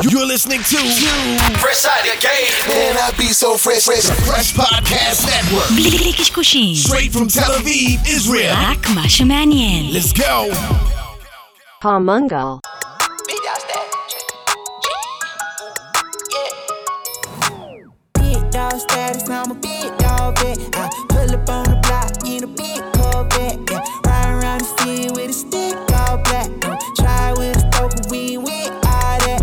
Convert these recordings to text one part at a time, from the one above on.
You're listening to Fresh Out the Game. Man, I be so fresh. Fresh Podcast Network. בלי קשקושים. Straight from Tel Aviv, Israel. רק מה שמעניין. Let's go. Palmungal. Dog status, I'm a big dog vet. I pull up on the block in a big Corvette. Yeah. Riding around the city with a stick all black. Try with a stroke, we with all that.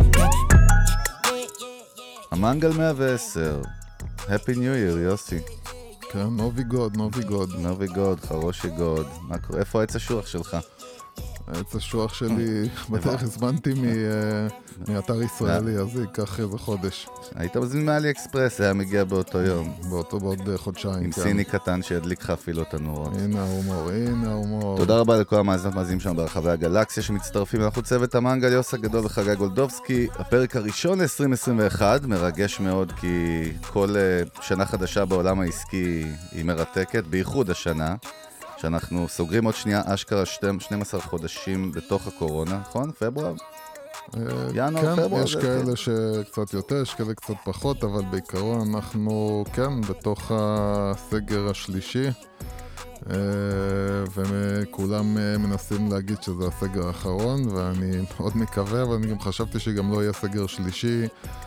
המנגל 110, Happy New Year, יוסי. כן, נובי גוד. נובי גוד, חרושי גוד. איפה העץ השוח שלך? העץ השוח שלי, בדרך הזמנתי מאתר ישראלי, אז זה ייקח איזה חודש. היית מזמין מאלי אקספרס, היה מגיע באותו יום. בעוד חודשיים. עם סיני קטן שידליק לך אפילו את הנורות. הנה ההומור. תודה רבה לכל המאזינים שלנו ברחבי הגלקסיה שמצטרפים. אנחנו צוות המנגל, יוסי הגדול וחגי גולדובסקי. הפרק הראשון ל-2021, מרגש מאוד כי כל שנה חדשה בעולם העסקי היא מרתקת, בייחוד השנה. שאנחנו סוגרים עוד שנייה אשכרה 12 חודשים בתוך הקורונה, נכון? פברואר? ינואר, כן, פברואר. יש כאלה שקצת יותר, יש כאלה קצת פחות, אבל בעיקרון אנחנו, כן, בתוך הסגר השלישי, וכולם מנסים להגיד שזה הסגר האחרון, ואני מאוד מקווה, אבל אני גם חשבתי שגם לא יהיה סגר שלישי.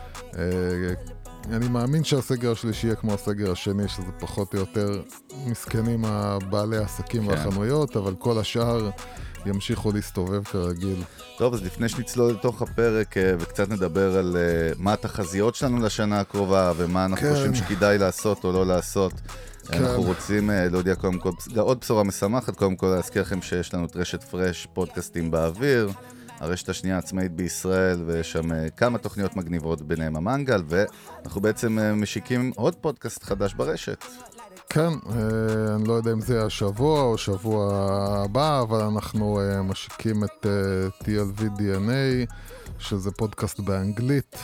אני מאמין שהסגר השלישי יהיה כמו הסגר השני, שזה פחות או יותר מסכנים הבעלי העסקים והחנויות, אבל כל השאר ימשיכו להסתובב כרגיל. טוב, אז לפני שנצלול לתוך הפרק וקצת נדבר על מה התחזיות שלנו לשנה הקרובה, ומה אנחנו חושבים שכדאי לעשות או לא לעשות. אנחנו רוצים להודיע קודם כל, עוד בשורה משמחת, קודם כל להזכיר לכם שיש לנו את רשת פרש פודקאסטים באוויר, הרשת השנייה עצמאית בישראל, ויש שם כמה תוכניות מגניבות ביניהם המנגל, ואנחנו בעצם משיקים עוד פודקאסט חדש ברשת. כן, אני לא יודע אם זה השבוע או שבוע הבא, אבל אנחנו משיקים את TLV DNA, שזה פודקאסט באנגלית,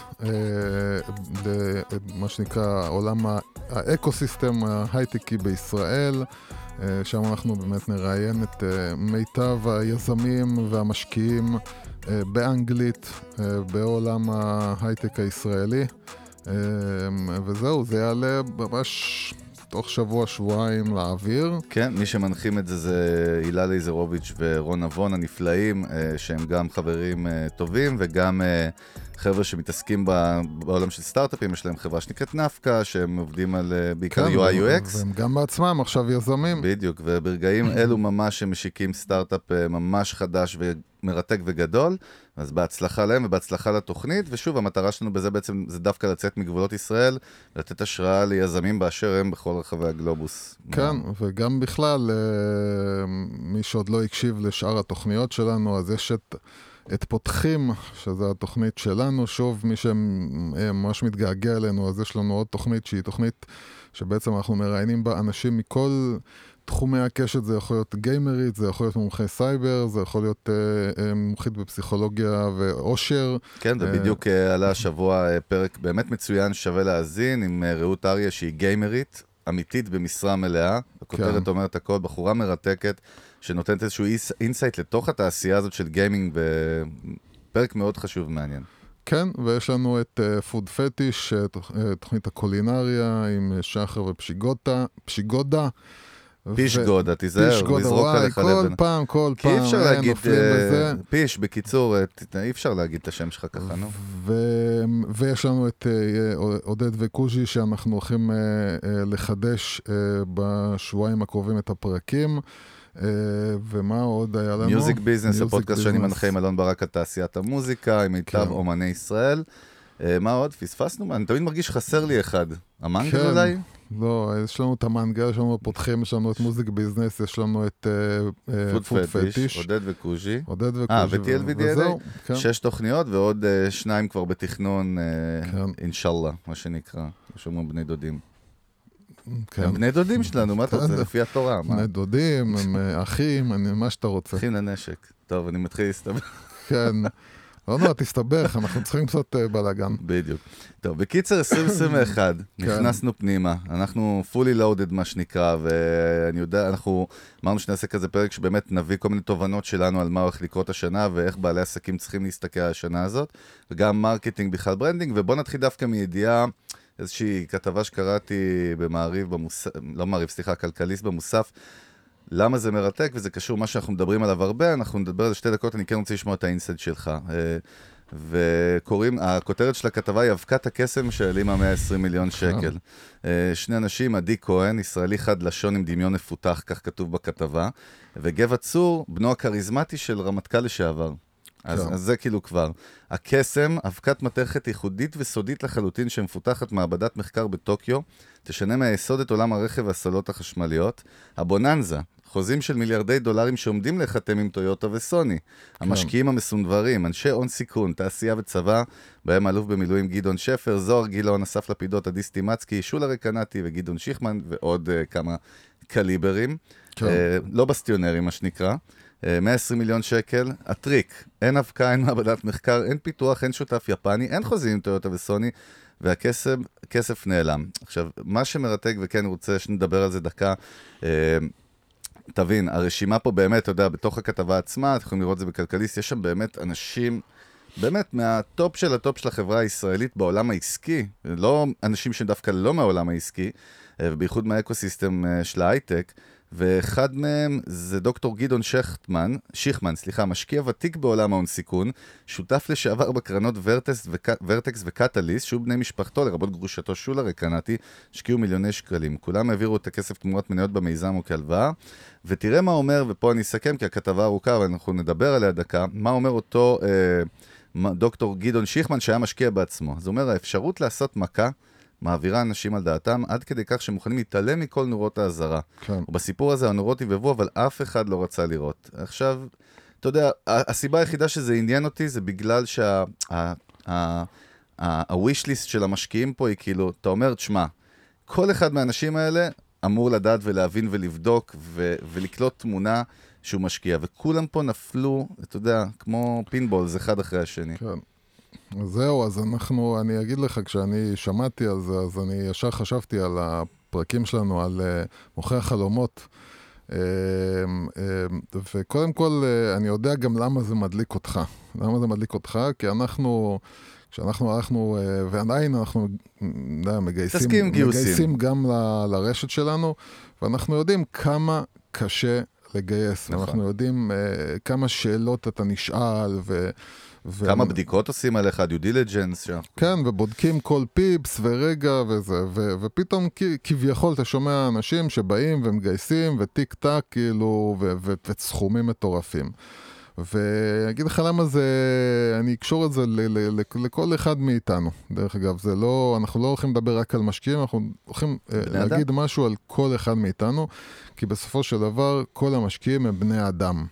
מה שנקרא עולם האקוסיסטם ההייטקי בישראל, שם אנחנו באמת נראיין את מיטב היזמים והמשקיעים באנגלית, בעולם ההייטק הישראלי, וזהו, זה יעלה ממש תוך שבוע-שבועיים לאוויר. כן, מי שמנחים את זה הילה לייזרוביץ' ורון אבון הנפלאים, שהם גם חברים טובים וגם חבר'ה שמתעסקים בעולם של סטארט-אפים. יש להם חברה שנקראת נפקה, שהם עובדים על בעיקר UI UX. והם גם בעצמם עכשיו יזמים. בדיוק, וברגעים אלו ממש הם משיקים סטארט-אפ ממש חדש ומרתק וגדול, אז בהצלחה להם ובהצלחה לתוכנית, ושוב, המטרה שלנו בזה בעצם זה דווקא לצאת מגבולות ישראל, לתת השראה ליזמים באשר הם בכל רחבי הגלובוס. כן, וגם בכלל, מי שעוד לא הקשיב לשאר התוכניות שלנו, אז יש את פותחים, שזו התוכנית שלנו, שוב, מי שממש מתגעגע אלינו, אז יש לנו עוד תוכנית שהיא תוכנית שבעצם אנחנו מראיינים בה אנשים מכל תחומי הקשת. זה יכול להיות גיימרית, זה יכול להיות מומחי סייבר, זה יכול להיות מומחית בפסיכולוגיה ואושר. כן, ובדיוק עלה השבוע פרק באמת מצוין, שווה להאזין, עם רעות אריה שהיא גיימרית, אמיתית במשרה מלאה. הכותרת אומרת הכל, בחורה מרתקת, שנותנת איזשהו אינסייט לתוך התעשייה הזאת של גיימינג, ופרק מאוד חשוב ומעניין. כן, ויש לנו את פוד פטיש, תוכנית הקולינריה עם שחר ופשיגודה. פישגודה, תיזהר, לזרוק עליך לבן. כל פעם. כי אי אפשר להגיד, פיש, בקיצור, אי אפשר להגיד את השם שלך ככה, נו. ויש לנו את עודד וקוז'י, שאנחנו הולכים לחדש בשבועיים הקרובים את הפרקים. ומה עוד היה לנו? מיוזיק ביזנס, הפודקאסט שאני מנחה עם אלון ברק על תעשיית המוזיקה, עם מיטב אומני ישראל. מה עוד? פספסנו? אני תמיד מרגיש חסר לי אחד. המנגל אולי? לא, יש לנו את המנגל, יש לנו פותחים, יש לנו את מוזיק ביזנס, יש לנו את פוד פטיש. עודד וקוז'י. ו-TLV DNA. 6 תוכניות ועוד 2 כבר בתכנון, אינשאללה, מה שנקרא. יש לנו בני דודים. הם בני דודים שלנו, מה אתה רוצה? לפי התורה. בני דודים, הם אחים, מה שאתה רוצה. אחים לנשק. טוב, אני מתחיל להסתבר. כן. לא, תסתבך, אנחנו צריכים קצת בלגן. בדיוק. טוב, בקיצר 2021, נכנסנו פנימה, אנחנו fully loaded מה שנקרא, ואני יודע, אנחנו אמרנו שנעשה כזה פרק שבאמת נביא כל מיני תובנות שלנו על מה הולך לקרות השנה, ואיך בעלי עסקים צריכים להסתכל על השנה הזאת, וגם מרקטינג בכלל ברנדינג, ובוא נתחיל דווקא מידיעה, איזושהי כתבה שקראתי במעריב, לא מעריב, סליחה, כלכליסט במוסף, למה זה מרתק, וזה קשור מה שאנחנו מדברים עליו הרבה, אנחנו נדבר על 2 דקות, אני כן רוצה לשמוע את האינסייט שלך. וקוראים, הכותרת של הכתבה היא אבקת הקסם שהעלימה 120 מיליון שקל. 2 אנשים, עדי כהן, ישראלי חד לשון עם דמיון מפותח, כך כתוב בכתבה, וגבע צור, בנו הכריזמטי של רמטכ"ל לשעבר. אז זה כאילו כבר. הקסם, אבקת מתכת ייחודית וסודית לחלוטין שמפותחת מעבדת מחקר בטוקיו, תשנה מהיסוד את עולם הרכב והסלות החשמליות. הבוננזה, חוזים של מיליארדי דולרים שעומדים לחתם עם טויוטה וסוני. המשקיעים המסונברים, אנשי הון סיכון, תעשייה וצבא, בהם אלוף במילואים גדעון שפר, זוהר גילאון, אסף לפידות, עדי סטימצקי, שולה רקנתי וגדעון שיחמן, ועוד כמה קליברים. לא בסטיונרים, מה שנקרא. 120 מיליון שקל, הטריק, אין אבקה, אין מעבדת מחקר, אין פיתוח, אין שותף יפני, אין חוזים עם טויוטה וסוני, והכסף נעלם. עכשיו, מה שמרתק, וכן רוצה שנדבר על זה דקה, תבין, הרשימה פה באמת, אתה יודע, בתוך הכתבה עצמה, אתם יכולים לראות את זה בכלכליסט, יש שם באמת אנשים, באמת מהטופ של הטופ של החברה הישראלית בעולם העסקי, לא אנשים שדווקא לא מהעולם העסקי, ובייחוד מהאקוסיסטם של ההייטק, ואחד מהם זה דוקטור גדעון שיחמן, משקיע ותיק בעולם ההון סיכון, שותף לשעבר בקרנות ורטקס וקטליסט, שהוא בני משפחתו, לרבות גרושתו שולה רקנתי, השקיעו מיליוני שקלים. כולם העבירו את הכסף תמורת מניות במיזם או כהלוואה, ותראה מה אומר, ופה אני אסכם, כי הכתבה ארוכה, ואנחנו נדבר עליה דקה, מה אומר אותו דוקטור גדעון שיחמן, שהיה משקיע בעצמו. אז הוא אומר, האפשרות לעשות מכה, מעבירה אנשים על דעתם, עד כדי כך שמוכנים להתעלם מכל נורות האזהרה. כן. ובסיפור הזה הנורות יבבו, אבל אף אחד לא רצה לראות. עכשיו, אתה יודע, הסיבה היחידה שזה עניין אותי, זה בגלל ה-wish list של המשקיעים פה היא כאילו, אתה אומר, תשמע, כל אחד מהאנשים האלה אמור לדעת ולהבין ולבדוק ולקלוט תמונה שהוא משקיע, וכולם פה נפלו, אתה יודע, כמו פינבול, זה אחד אחרי השני. כן. זהו, אז אני אגיד לך, כשאני שמעתי על זה, אז אני ישר חשבתי על הפרקים שלנו, על מוכרי החלומות, וקודם כל, אני יודע גם למה זה מדליק אותך. למה זה מדליק אותך? כי כשאנחנו הלכנו, ועדיין אנחנו מגייסים גם לרשת שלנו, ואנחנו יודעים כמה קשה לגייס, ואנחנו יודעים כמה שאלות אתה נשאל, כמה בדיקות עושים עליך, due diligence. כן, ובודקים כל פיפס ורגע וזה, ופתאום כביכול אתה שומע אנשים שבאים ומגייסים וטיק טק כאילו, וסכומים מטורפים. ואגיד לך למה זה, אני אקשור את זה לכל אחד מאיתנו. דרך אגב, זה לא, אנחנו לא הולכים לדבר רק על משקיעים, אנחנו הולכים להגיד משהו על כל אחד מאיתנו, כי בסופו של דבר כל המשקיעים הם בני אדם.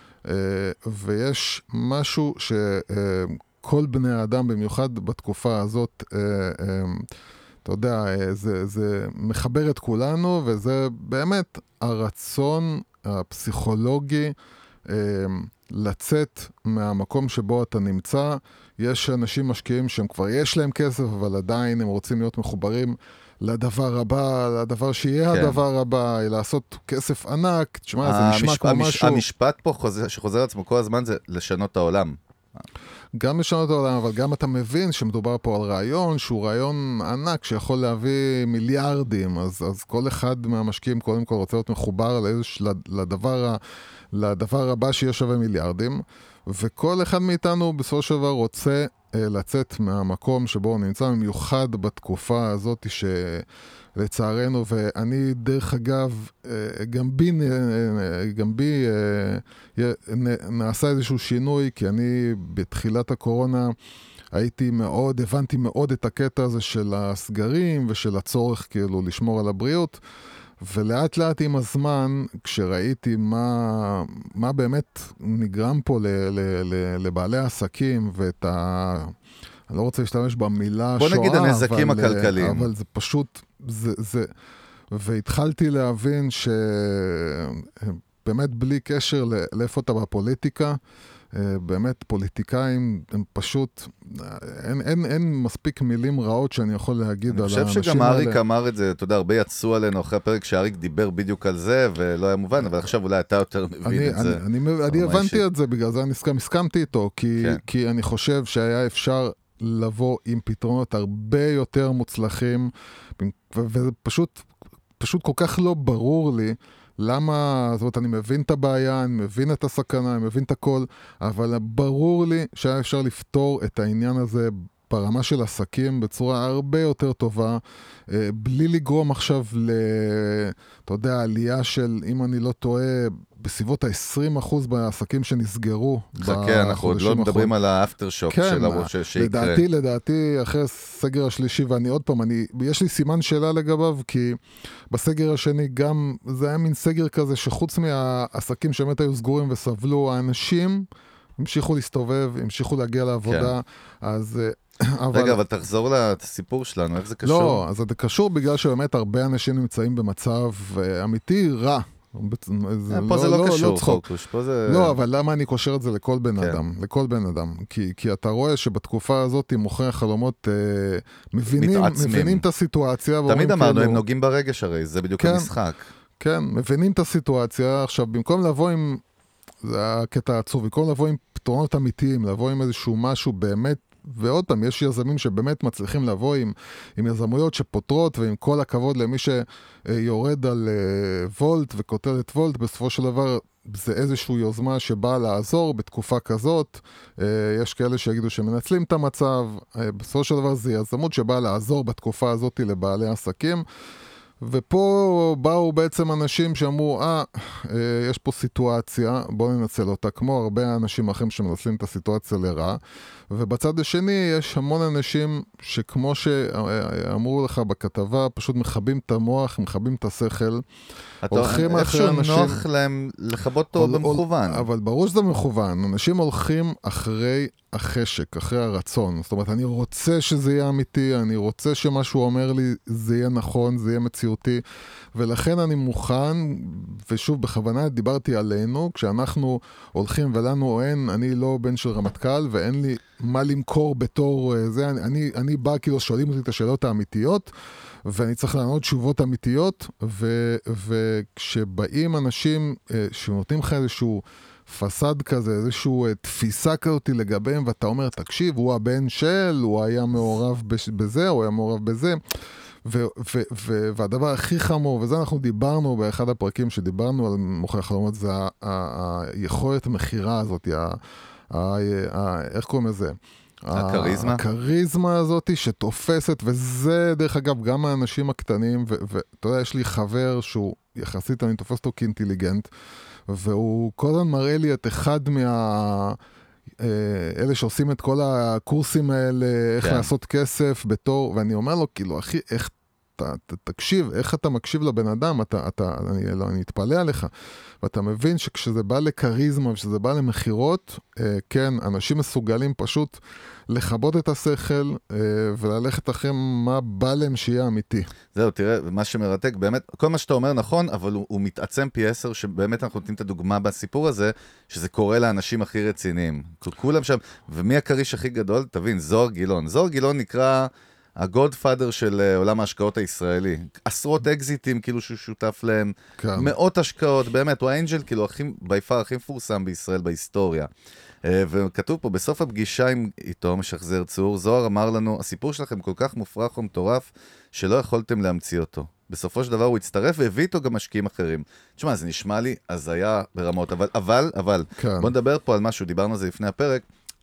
ויש משהו שכל בני האדם, במיוחד בתקופה הזאת, אתה יודע, זה מחבר את כולנו, וזה באמת הרצון הפסיכולוגי לצאת מהמקום שבו אתה נמצא. יש אנשים משקיעים שהם כבר יש להם כסף, אבל עדיין הם רוצים להיות מחוברים לדבר הבא, לדבר שיהיה הדבר הבא, לעשות כסף ענק. תשמע, זה נשמע כמו משהו. המשפט פה שחוזר עצמו כל הזמן זה לשנות העולם. גם לשנות העולם, אבל גם אתה מבין שמדובר פה על רעיון, שהוא רעיון ענק שיכול להביא מיליארדים, אז כל אחד מהמשקיעים קודם כל רוצה להיות מחובר לדבר הבא שיהיה שווה מיליארדים, וכל אחד מאיתנו בסופו של דבר רוצה לצאת מהמקום שבו הוא נמצא, במיוחד בתקופה הזאת שלצערנו, ואני דרך אגב, גם בי נעשה איזשהו שינוי, כי אני בתחילת הקורונה הבנתי מאוד את הקטע הזה של הסגרים ושל הצורך כאילו לשמור על הבריאות, ולאט לאט עם הזמן, כשראיתי מה באמת נגרם פה לבעלי העסקים, אני לא רוצה להשתמש במילה שואה, בוא נגיד הנזקים הכלכליים. אבל זה פשוט, והתחלתי להבין שבאמת בלי קשר לאיפה אתה בפוליטיקה, באמת פוליטיקאים, הם פשוט, אין מספיק מילים רעות שאני יכול להגיד על האנשים האלה. אני חושב שגם אריק אמר את זה, אתה יודע, הרבה יצאו עלינו אחרי הפרק שאריק דיבר בדיוק על זה, ולא היה מובן, אבל עכשיו אולי אתה יותר מבין את זה. אני הבנתי את זה, בגלל זה אני הסכמתי איתו, כי אני חושב שהיה אפשר לבוא עם פתרונות הרבה יותר מוצלחים, וזה פשוט כל כך לא ברור לי, למה, זאת אומרת, אני מבין את הבעיה, אני מבין את הסכנה, אני מבין את הכל, אבל ברור לי שהיה אפשר לפתור את העניין הזה ברמה של עסקים בצורה הרבה יותר טובה, בלי לגרום עכשיו אתה יודע, עלייה של, אם אני לא טועה, בסביבות ה-20% בעסקים שנסגרו. חכה, אנחנו עוד לא מדברים על האפטר שוק של הראש שיקרה. לדעתי, אחרי הסגר השלישי, ואני עוד פעם, יש לי סימן שאלה לגביו, כי בסגר השני גם, זה היה מין סגר כזה, שחוץ מהעסקים שבאמת היו סגורים וסבלו, האנשים המשיכו להסתובב, המשיכו להגיע לעבודה, אז... רגע, אבל תחזור לסיפור שלנו, איך זה קשור? לא, אז זה קשור בגלל שבאמת הרבה אנשים נמצאים במצב אמיתי רע. פה זה לא קשור, חוקוש. לא, אבל למה אני קושר את זה לכל בן אדם? לכל בן אדם. כי אתה רואה שבתקופה הזאת מוכרי החלומות מבינים את הסיטואציה. תמיד אמרנו, הם נוגעים ברגש הרי, זה בדיוק המשחק. כן, מבינים את הסיטואציה. עכשיו, במקום לבוא עם, זה הקטע העצוב, במקום לבוא עם פתרונות אמיתיים, לבוא עם איזשהו משהו באמת, ועוד פעם, יש יזמים שבאמת מצליחים לבוא עם יזמויות שפותרות, ועם כל הכבוד למי שיורד על וולט וכותב את וולט, בסופו של דבר זה איזושהי יוזמה שבאה לעזור בתקופה כזאת. יש כאלה שיגידו שמנצלים את המצב, בסופו של דבר זה יזמות שבאה לעזור בתקופה הזאת לבעלי עסקים, ופה באו בעצם אנשים שאמרו, יש פה סיטואציה, בואו ננצל אותה, כמו הרבה אנשים אחרים שמנצלים את הסיטואציה לרע, ובצד השני יש המון אנשים שכמו שאמרו לך בכתבה, פשוט מחבים את המוח, מחבים את השכל, הולכים אחרי אנשים... איכשהו נוח להם לחבות אותו במכוון. אבל ברור שזה מכוון, אנשים הולכים אחרי החשק, אחרי הרצון. זאת אומרת, אני רוצה שזה יהיה אמיתי, אני רוצה שמשהו אומר לי, זה יהיה נכון, זה יהיה מציאותי, ולכן אני מוכן, ושוב, בכוונה דיברתי עלינו, כשאנחנו הולכים ולנו אני לא בן של רמטכ"ל, ואין לי מה למכור בתור זה, אני בא כאילו שואלים אותי את השאלות האמיתיות, ואני צריך לענות תשובות אמיתיות, וכשבאים אנשים שנותנים לך איזשהו פסד כזה, איזשהו תפיסה כזאת לגביהם, ואתה אומר, תקשיב, הוא הבן של, הוא היה מעורב בזה, הוא היה מעורב בזה, והדבר הכי חמור, וזה אנחנו דיברנו באחד הפרקים שדיברנו על מוכרי החלומות, זה היכולת המחירה הזאת, איך קוראים לזה? הקריזמה? הקריזמה הזאת שתופסת, וזה דרך אגב גם האנשים הקטנים, ואתה יודע, יש לי חבר שהוא יחסית, אני תופס אותו כאינטליגנט, והוא כל הזמן מראה לי את אחד אלה שעושים את כל הקורסים האלה, איך לעשות כסף בתור, ואני אומר לו, כאילו, אחי, איך תקשיב, איך אתה מקשיב לבן אדם, אני אתפלא עליך, ואתה מבין שכשזה בא לקריזמה, וכשזה בא למחירות, כן, אנשים מסוגלים פשוט לחבות את השכל, וללכת אחרי מה בא להם שיהיה אמיתי. זהו, תראה, מה שמרתק, באמת, כל מה שאתה אומר נכון, אבל הוא מתעצם פי 10, שבאמת אנחנו נותנים את הדוגמה בסיפור הזה, שזה קורה לאנשים הכי רציניים. כולם שם, ומי הקריש הכי גדול? תבין, זוהר גילון. זוהר גילון נקרא הגודפאדר של עולם ההשקעות הישראלי. עשרות אקזיטים, כאילו שהוא שותף להם, מאות השקעות, באמת, הוא האנג'ל, כאילו, ביפר הכי מפורסם בישראל בהיסטוריה. וכתוב פה, בסוף הפגישה איתו, משחזר צור, זוהר אמר לנו, הסיפור שלכם כל כך מופרך ומטורף, שלא יכולתם להמציא אותו. בסופו של דבר הוא הצטרף והביא איתו גם משקיעים אחרים. תשמע, זה נשמע לי הזיה ברמות, אבל, בוא נדבר פה על משהו, דיברנו על זה לפני הפרק,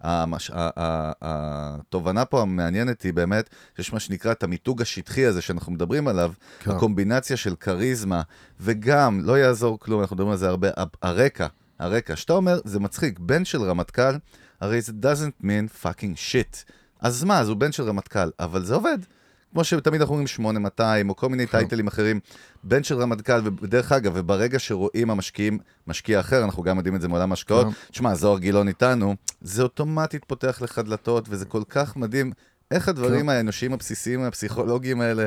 התובנה פה המעניינת היא באמת, שיש מה שנקרא את המיתוג השטחי הזה שאנחנו מדברים עליו, הקומבינציה של קריזמה, וגם, לא יעזור כלום, אנחנו מדברים על זה הרבה, הרקע, שאתה אומר, זה מצחיק, בן של רמטכ"ל, הרי זה doesn't mean fucking shit. אז מה, אז הוא בן של רמטכ"ל, אבל זה עובד. כמו שתמיד אנחנו אומרים 8200, או כל מיני טייטלים אחרים, בן של רמטכ"ל, ודרך אגב, וברגע שרואים המשקיעים, משקיע אחר, אנחנו גם יודעים את זה מעולם השקעות, תשמע, זוהר גילון איתנו, זה אוטומטית פותח לך דלתות, וזה כל כך מדהים, איך הדברים האנושיים הבסיסיים, הפסיכולוגיים האלה,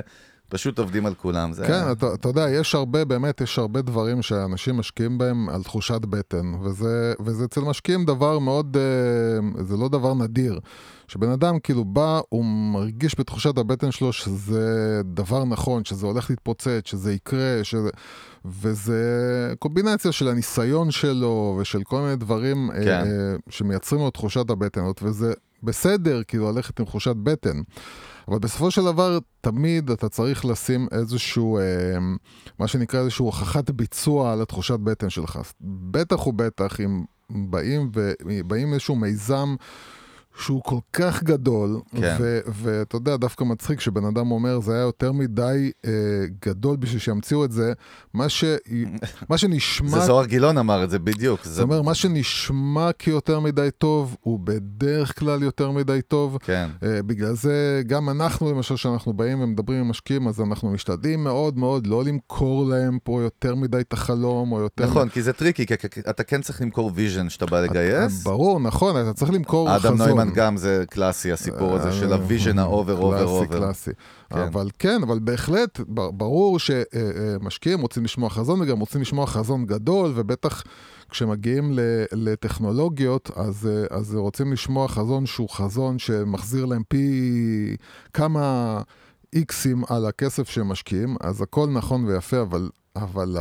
פשוט עובדים על כולם. כן, אתה יודע, יש הרבה דברים שאנשים משקיעים בהם על תחושת בטן, וזה אצל משקיעים דבר מאוד, זה לא דבר נדיר. שבן אדם כאילו בא, הוא מרגיש בתחושת הבטן שלו שזה דבר נכון, שזה הולך להתפוצץ, שזה יקרה, וזה קומבינציה של הניסיון שלו ושל כל מיני דברים שמייצרים לו תחושת הבטן, וזה בסדר כאילו ללכת עם תחושת בטן. אבל בסופו של דבר, תמיד אתה צריך לשים איזשהו, מה שנקרא איזשהו הוכחת ביצוע על התחושת בטן שלך. בטח ובטח, אם באים איזשהו מיזם שהוא כל כך גדול, כן. ואתה יודע, דווקא מצחיק שבן אדם אומר, זה היה יותר מדי גדול בשביל שימציאו את זה, מה שנשמע... זה זוהר גילון אמר את זה בדיוק. זאת אומרת, מה שנשמע כיותר מדי טוב, הוא בדרך כלל יותר מדי טוב. כן. בגלל זה, גם אנחנו, למשל, שאנחנו באים ומדברים עם משקיעים, אז אנחנו משתדלים מאוד מאוד לא למכור להם פה יותר מדי את החלום, או יותר... נכון, כי זה טריקי, כי אתה כן צריך למכור ויז'ן שאתה בא לגייס. ברור, נכון, אתה צריך למכור חזון. אדם נוימן גם זה קלאסי, הסיפור הזה של הוויז'ן האובר. קלאסי. אבל כן, אבל בהחלט, ברור שמשקיעים רוצים לשמוע חזון, וגם רוצים לשמוע חזון גדול, ובטח כשמגיעים לטכנולוגיות, אז רוצים לשמוע חזון שהוא חזון שמחזיר להם פי כמה איקסים על הכסף שהם משקיעים, אז הכל נכון ויפה, אבל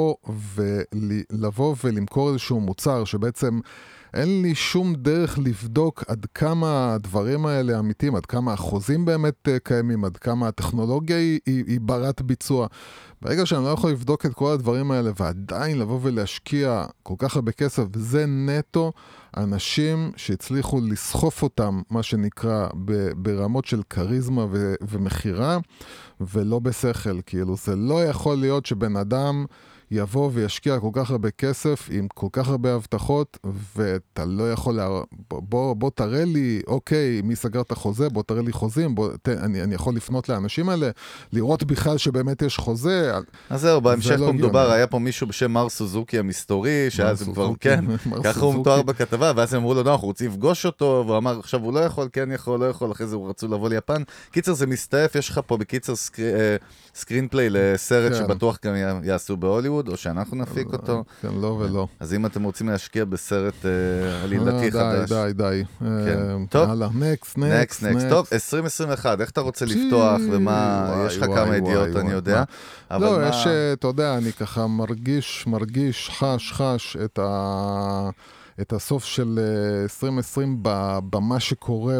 לבוא ולמכור איזשהו מוצר שבעצם אין לי שום דרך לבדוק עד כמה הדברים האלה אמיתיים, עד כמה החוזים באמת קיימים, עד כמה הטכנולוגיה היא ברת ביצוע. ברגע שאני לא יכול לבדוק את כל הדברים האלה ועדיין לבוא ולהשקיע כל כך הרבה כסף, זה נטו אנשים שהצליחו לסחוף אותם, מה שנקרא, ברמות של קריזמה ומחירה, ולא בשכל. כאילו, זה לא יכול להיות שבן אדם יבוא וישקיע כל כך הרבה כסף עם כל כך הרבה הבטחות, ואתה לא יכול בוא תראה לי, אוקיי, מי סגר את החוזה, בוא תראה לי חוזים, אני יכול לפנות לאנשים האלה, לראות בכלל שבאמת יש חוזה. אז זהו, בהמשך פה מדובר, היה פה מישהו בשם מר סוזוקי המסתורי, שאז הוא כבר, כן, ככה הוא מתואר בכתבה, ואז הם אמרו לו, לא, אנחנו רוצים לפגוש אותו, והוא אמר, עכשיו הוא לא יכול, כן יכול, לא יכול, אחרי זה הוא רצו לבוא ליפן. קיצר, זה מסתעף, יש לך פה בקיצר סקרינפליי לסרט שבטוח גם יעשו בהוליווד, או שאנחנו נפיק אותו. כן, לא ולא. אז אם אתם רוצים להשקיע בסרט עלילתי חדש. די. טוב. הלאה, נקסט. טוב, 2021, איך אתה רוצה לפתוח, ומה, יש לך כמה ידיעות, אני יודע. לא, יש, אתה יודע, אני ככה מרגיש, חש את הסוף של 2020 במה שקורה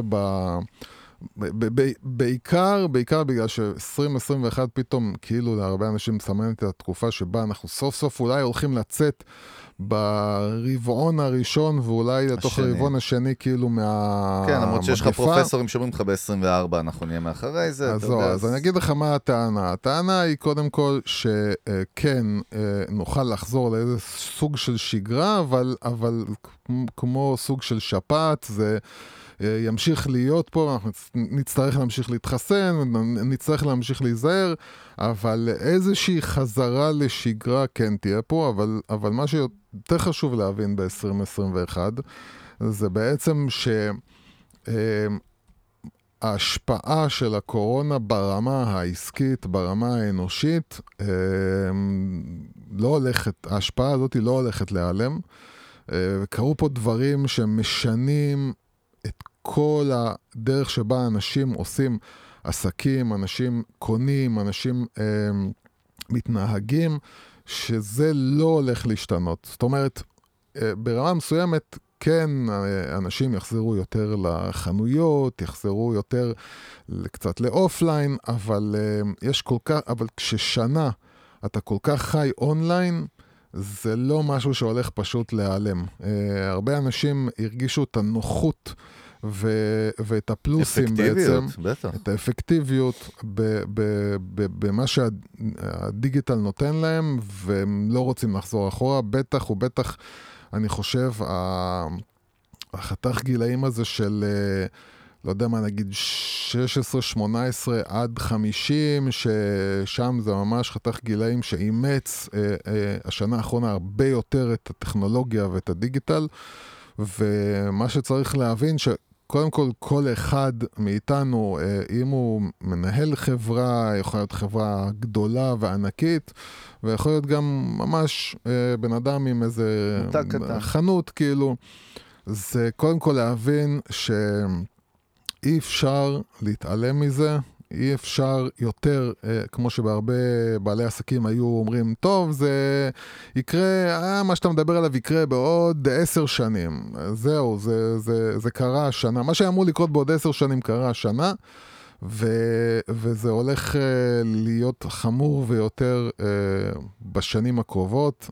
בעיקר בגלל ש-2021 פתאום כאילו להרבה אנשים מסמן את התקופה שבה אנחנו סוף סוף אולי הולכים לצאת ברבעון הראשון ואולי לתוך הרבעון השני כאילו מהמגפה. כן, למרות שיש לך פרופסורים שאומרים לך ב-24 אנחנו נהיה מאחרי זה. אז אני אגיד לך מה הטענה. הטענה היא קודם כל שכן נוכל לחזור לאיזה סוג של שגרה, אבל כמו סוג של שפעת זה ימשיך להיות פה, אנחנו נצטרך להמשיך להתחסן, נצטרך להמשיך להיזהר, אבל איזושהי חזרה לשגרה כן תהיה פה, אבל מה שיותר חשוב להבין ב-2021, זה בעצם שההשפעה של הקורונה ברמה העסקית, ברמה האנושית, לא הולכת, ההשפעה הזאת לא הולכת להיעלם, וקרו פה דברים שמשנים את כל הדרך שבה אנשים עושים עסקים, אנשים קונים, אנשים מתנהגים, שזה לא הולך להשתנות. זאת אומרת, ברמה מסוימת, כן, אנשים יחזרו יותר לחנויות, יחזרו יותר קצת לאופליין, אבל כששנה אתה כל כך חי אונליין, זה לא משהו שהולך פשוט להיעלם. הרבה אנשים הרגישו את הנוחות ואת הפלוסים בעצם. בטח. את האפקטיביות במה שהדיגיטל נותן להם, והם לא רוצים לחזור אחורה. בטח ובטח, אני חושב, החתך גילאים הזה של לא יודע מה, נגיד 16, 18 עד 50, ששם זה ממש חתך גילאים שאימץ השנה האחרונה הרבה יותר את הטכנולוגיה ואת הדיגיטל, ומה שצריך להבין קודם כל, כל אחד מאיתנו, אם הוא מנהל חברה, יכול להיות חברה גדולה וענקית, ויכול להיות גם ממש בן אדם עם איזה חנות, כאילו, זה קודם כל להבין שאי אפשר להתעלם מזה, אי אפשר יותר, כמו שבהרבה בעלי עסקים היו אומרים, טוב, זה יקרה, מה שאתה מדבר עליו יקרה בעוד 10 שנים. זהו, זה קרה השנה. מה שאמור לקרות בעוד 10 שנים קרה השנה, וזה הולך להיות חמור ויותר בשנים הקרובות,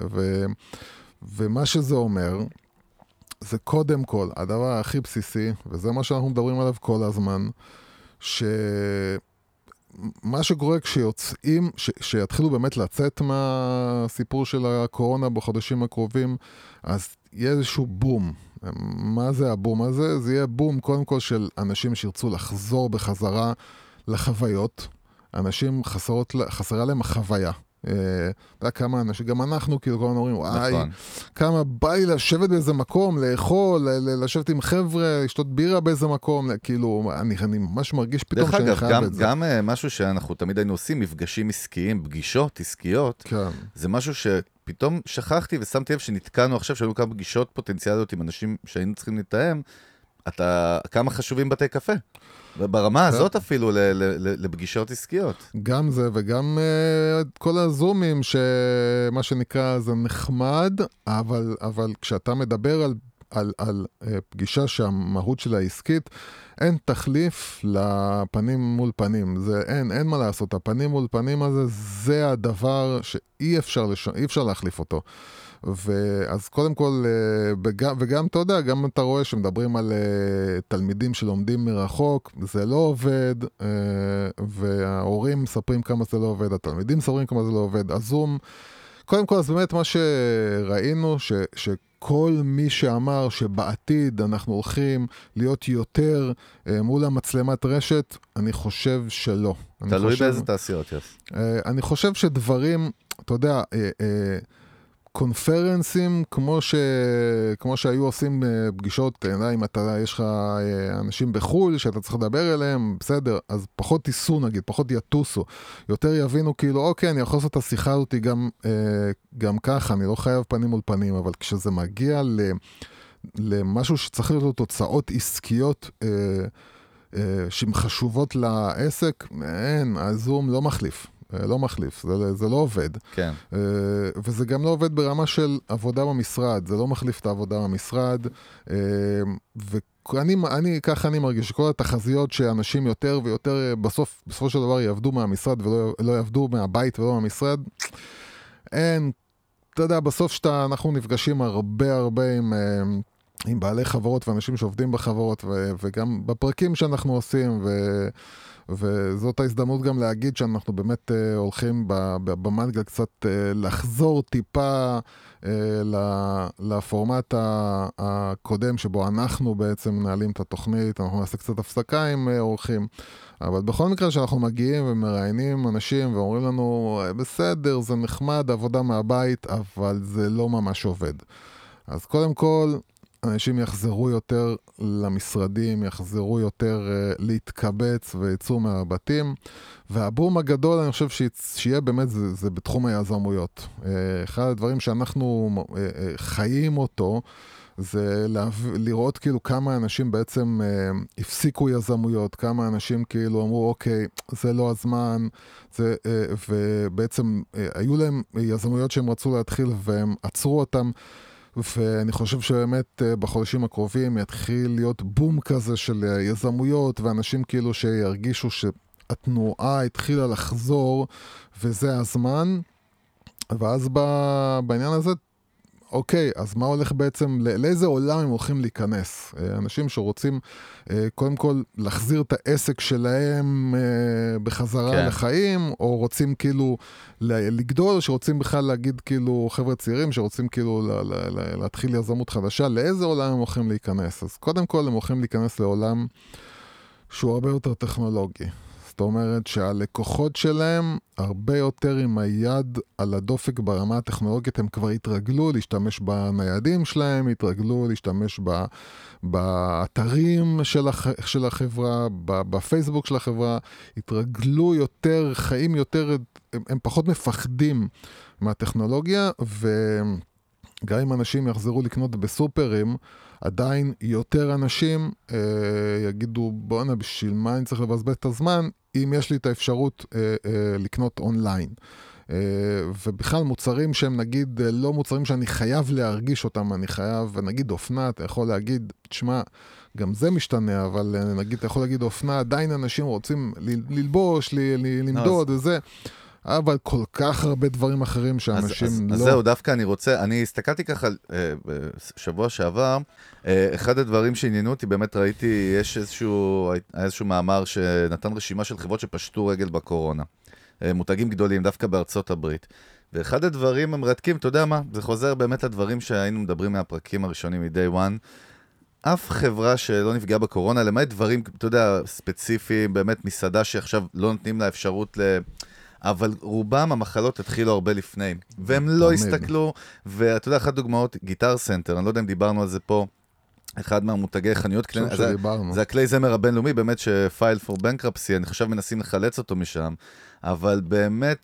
ומה שזה אומר, זה קודם כל הדבר הכי בסיסי, וזה מה שאנחנו מדברים עליו כל הזמן, שמה שקורה כשיוצאים, שיתחילו באמת לצאת מהסיפור של הקורונה בחודשים הקרובים, אז יהיה איזשהו בום. מה זה הבום הזה? זה יהיה בום קודם כל של אנשים שירצו לחזור בחזרה לחוויות. אנשים חסרה להם החוויה. אתה יודע כמה אנשים, גם אנחנו כאילו כל הזמן אומרים, וואי, כמה בא לי לשבת באיזה מקום, לאכול, לשבת עם חבר'ה, לשתות בירה באיזה מקום, כאילו, אני ממש מרגיש פתאום שאני חייב את זה. גם משהו שאנחנו תמיד היינו עושים, מפגשים עסקיים, פגישות עסקיות, זה משהו שפתאום שכחתי ושמתי לב שנתקענו עכשיו, שהיו כמה פגישות פוטנציאליות עם אנשים שהיינו צריכים לתאם, כמה חשובים בתי קפה. וברמה הזאת אפילו לפגישות עסקיות. גם זה וגם כל הזומים שמה שנקרא זה נחמד, אבל כשאתה מדבר על פגישה שהמהות שלה עסקית, אין תחליף לפנים מול פנים. אין מה לעשות. הפנים מול פנים הזה זה הדבר שאי אפשר להחליף אותו. ואז קודם כל, וגם אתה יודע, גם אתה רואה שמדברים על תלמידים שלומדים מרחוק, זה לא עובד, וההורים מספרים כמה זה לא עובד, התלמידים מספרים כמה זה לא עובד, הזום, קודם כל, אז באמת מה שראינו, שכל מי שאמר שבעתיד אנחנו הולכים להיות יותר מול המצלמת רשת, אני חושב שלא. תלוי באיזה תעשיות, יס. אני חושב שדברים, אתה יודע, קונפרנסים, כמו שהיו עושים פגישות, אם יש לך אנשים בחול שאתה צריך לדבר אליהם, בסדר, אז פחות טיסו נגיד, פחות יטוסו, יותר יבינו כאילו, אוקיי, אני יכול לעשות את השיחה הזאת גם ככה, אני לא חייב פנים מול פנים, אבל כשזה מגיע למשהו שצריך להיות לו תוצאות עסקיות שהן חשובות לעסק, אין, הזום לא מחליף. לא מחליף, זה לא עובד. כן. וזה גם לא עובד ברמה של עבודה במשרד, זה לא מחליף את העבודה במשרד, ככה אני מרגיש שכל התחזיות שאנשים יותר ויותר בסופו של דבר יעבדו מהמשרד ולא יעבדו מהבית ולא מהמשרד, אין, אתה יודע, בסוף אנחנו נפגשים הרבה עם בעלי חברות ואנשים שעובדים בחברות, וגם בפרקים שאנחנו עושים, וזאת ההזדמנות גם להגיד שאנחנו באמת הולכים במנגל קצת לחזור טיפה לפורמט הקודם שבו אנחנו בעצם מנהלים את התוכנית, אנחנו נעשה קצת הפסקה עם אורחים, אבל בכל מקרה שאנחנו מגיעים ומראיינים אנשים ואומרים לנו בסדר, זה נחמד, עבודה מהבית, אבל זה לא ממש עובד. אז קודם כל, אנשים יחזרו יותר למשרדים, יחזרו יותר להתקבץ ויצאו מהבתים, והבום הגדול אני חושב שיהיה באמת זה בתחום היזמויות. אחד הדברים שאנחנו חיים אותו, זה לראות כאילו כמה אנשים בעצם הפסיקו יזמויות, כמה אנשים כאילו אמרו אוקיי, זה לא הזמן, ובעצם היו להם יזמויות שהם רצו להתחיל והם עצרו אותם, ואני חושב שבאמת בחודשים הקרובים יתחיל להיות בום כזה של יזמויות, ואנשים כאילו שירגישו שהתנועה התחילה לחזור, וזה הזמן. ואז בעניין הזה, אוקיי, אז מה הולך בעצם, לאיזה עולם הם הולכים להיכנס? אנשים שרוצים קודם כל להחזיר את העסק שלהם בחזרה לחיים, או רוצים כאילו לגדול, שרוצים בכלל להגיד כאילו חבר'ה צעירים, שרוצים כאילו להתחיל יזמות חדשה, לאיזה עולם הם הולכים להיכנס? אז קודם כל הם הולכים להיכנס לעולם שהוא הרבה יותר טכנולוגי. זאת אומרת שהלקוחות שלהם הרבה יותר עם היד על הדופק ברמה הטכנולוגית, הם כבר התרגלו להשתמש בניידים שלהם, התרגלו להשתמש באתרים של החברה, בפייסבוק של החברה, התרגלו יותר, חיים יותר, הם פחות מפחדים מהטכנולוגיה, וגם אם אנשים יחזרו לקנות בסופרים, עדיין יותר אנשים יגידו, בוא'נה, בשביל מה אני צריך לבזבז את הזמן, אם יש לי את האפשרות לקנות אונליין. ובכלל מוצרים שהם נגיד לא מוצרים שאני חייב להרגיש אותם, אני חייב, נגיד אופנה, אתה יכול להגיד, תשמע, גם זה משתנה, אבל נגיד, אתה יכול להגיד אופנה, עדיין אנשים רוצים ללבוש, למדוד וזה. אבל כל כך הרבה דברים אחרים שאנשים לא... אז זהו, דווקא אני הסתכלתי ככה בשבוע שעבר, אחד הדברים שעניינו אותי, באמת ראיתי, יש איזשהו מאמר שנתן רשימה של חברות שפשטו רגל בקורונה. מותגים גדולים, דווקא בארצות הברית. ואחד הדברים המרתקים, אתה יודע מה? זה חוזר באמת לדברים שהיינו מדברים מהפרקים הראשונים מ-day one. אף חברה שלא נפגעה בקורונה, למעט דברים, אתה יודע, ספציפיים, באמת מסעדה שעכשיו לא נותנים לה אפשרות אבל רובם המחלות התחילו הרבה לפני, והם לא הסתכלו, ואתה יודע, אחת דוגמאות, גיטר סנטר, אני לא יודע אם דיברנו על זה פה, אחד מהמותגי חנויות, זה הכלי זמר הבינלאומי, באמת שפייל פור בנקרפסי, אני חושב מנסים לחלץ אותו משם, אבל באמת,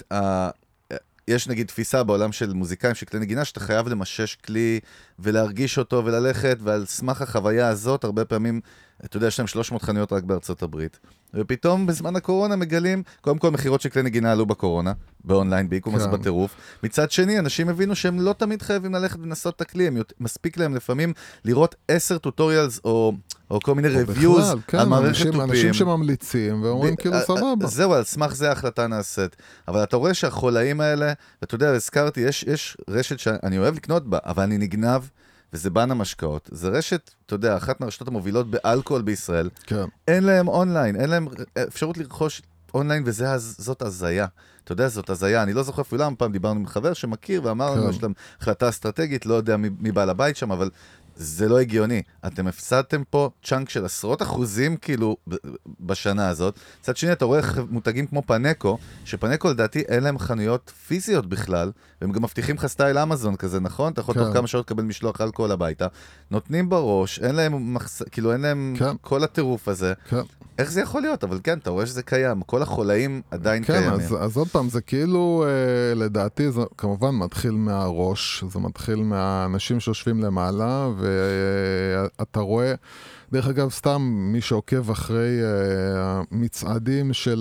יש נגיד תפיסה בעולם של מוזיקאים, של כלי נגינה, שאתה חייב למשש כלי ולהרגיש אותו וללכת, ועל סמך החוויה הזאת, הרבה פעמים, אתה יודע, יש להם 300 חנויות רק בארצות הברית. ופתאום בזמן הקורונה מגלים, קודם כל מחירות של כלי נגינה עלו בקורונה, באונליין, בעיקום אז בטירוף. מצד שני, אנשים הבינו שהם לא תמיד חייבים ללכת ולנסות את הכלי, מספיק להם לפעמים לראות 10 טוטוריאלס או כל מיני reviews על מערכת תופים. אנשים שממליצים ואומרים כאילו סבבה. זהו, על סמך זה ההחלטה נעשית. אבל אתה רואה שהחולאים האלה, ואתה יודע, הזכרתי, יש רשת שאני אוהב לקנות בה, אבל אני נגנב, וזה בן המשקאות. זה רשת, אתה יודע, אחת מהרשתות המובילות באלכוהול בישראל. כן. אין להם אונליין, אין להם אפשרות לרכוש אונליין, וזאת הזיה. אתה יודע, זאת הזיה. אני לא זוכר אפילו למה פעם דיברנו עם חבר שמכיר, ואמר לנו, יש להם החלטה אסטרטגית, לא יודע מי בעל הבית שם, אבל זה לא הגיוני. אתם הפסדתם פה צ'אנק של עשרות אחוזים כאילו בשנה הזאת. צד שני, אתה רואה מותגים כמו פנקו, שפנקו לדעתי אין להם חנויות פיזיות בכלל, והם גם מבטיחים לך סטייל אמזון כזה, נכון? אתה יכול תוך כמה שעות לקבל משלוח אלכוהול הביתה. נותנים בראש, אין להם, כאילו אין להם כל הטירוף הזה. איך זה יכול להיות? אבל כן, אתה רואה שזה קיים. כל החולאים עדיין קיימים. כן, אז עוד פעם, זה כאילו, לדעתי, זה כמובן מתחיל מהראש, זה מתחיל מהאנשים שיושבים למעלה, ואתה רואה, דרך אגב, סתם מי שעוקב אחרי מצעדים של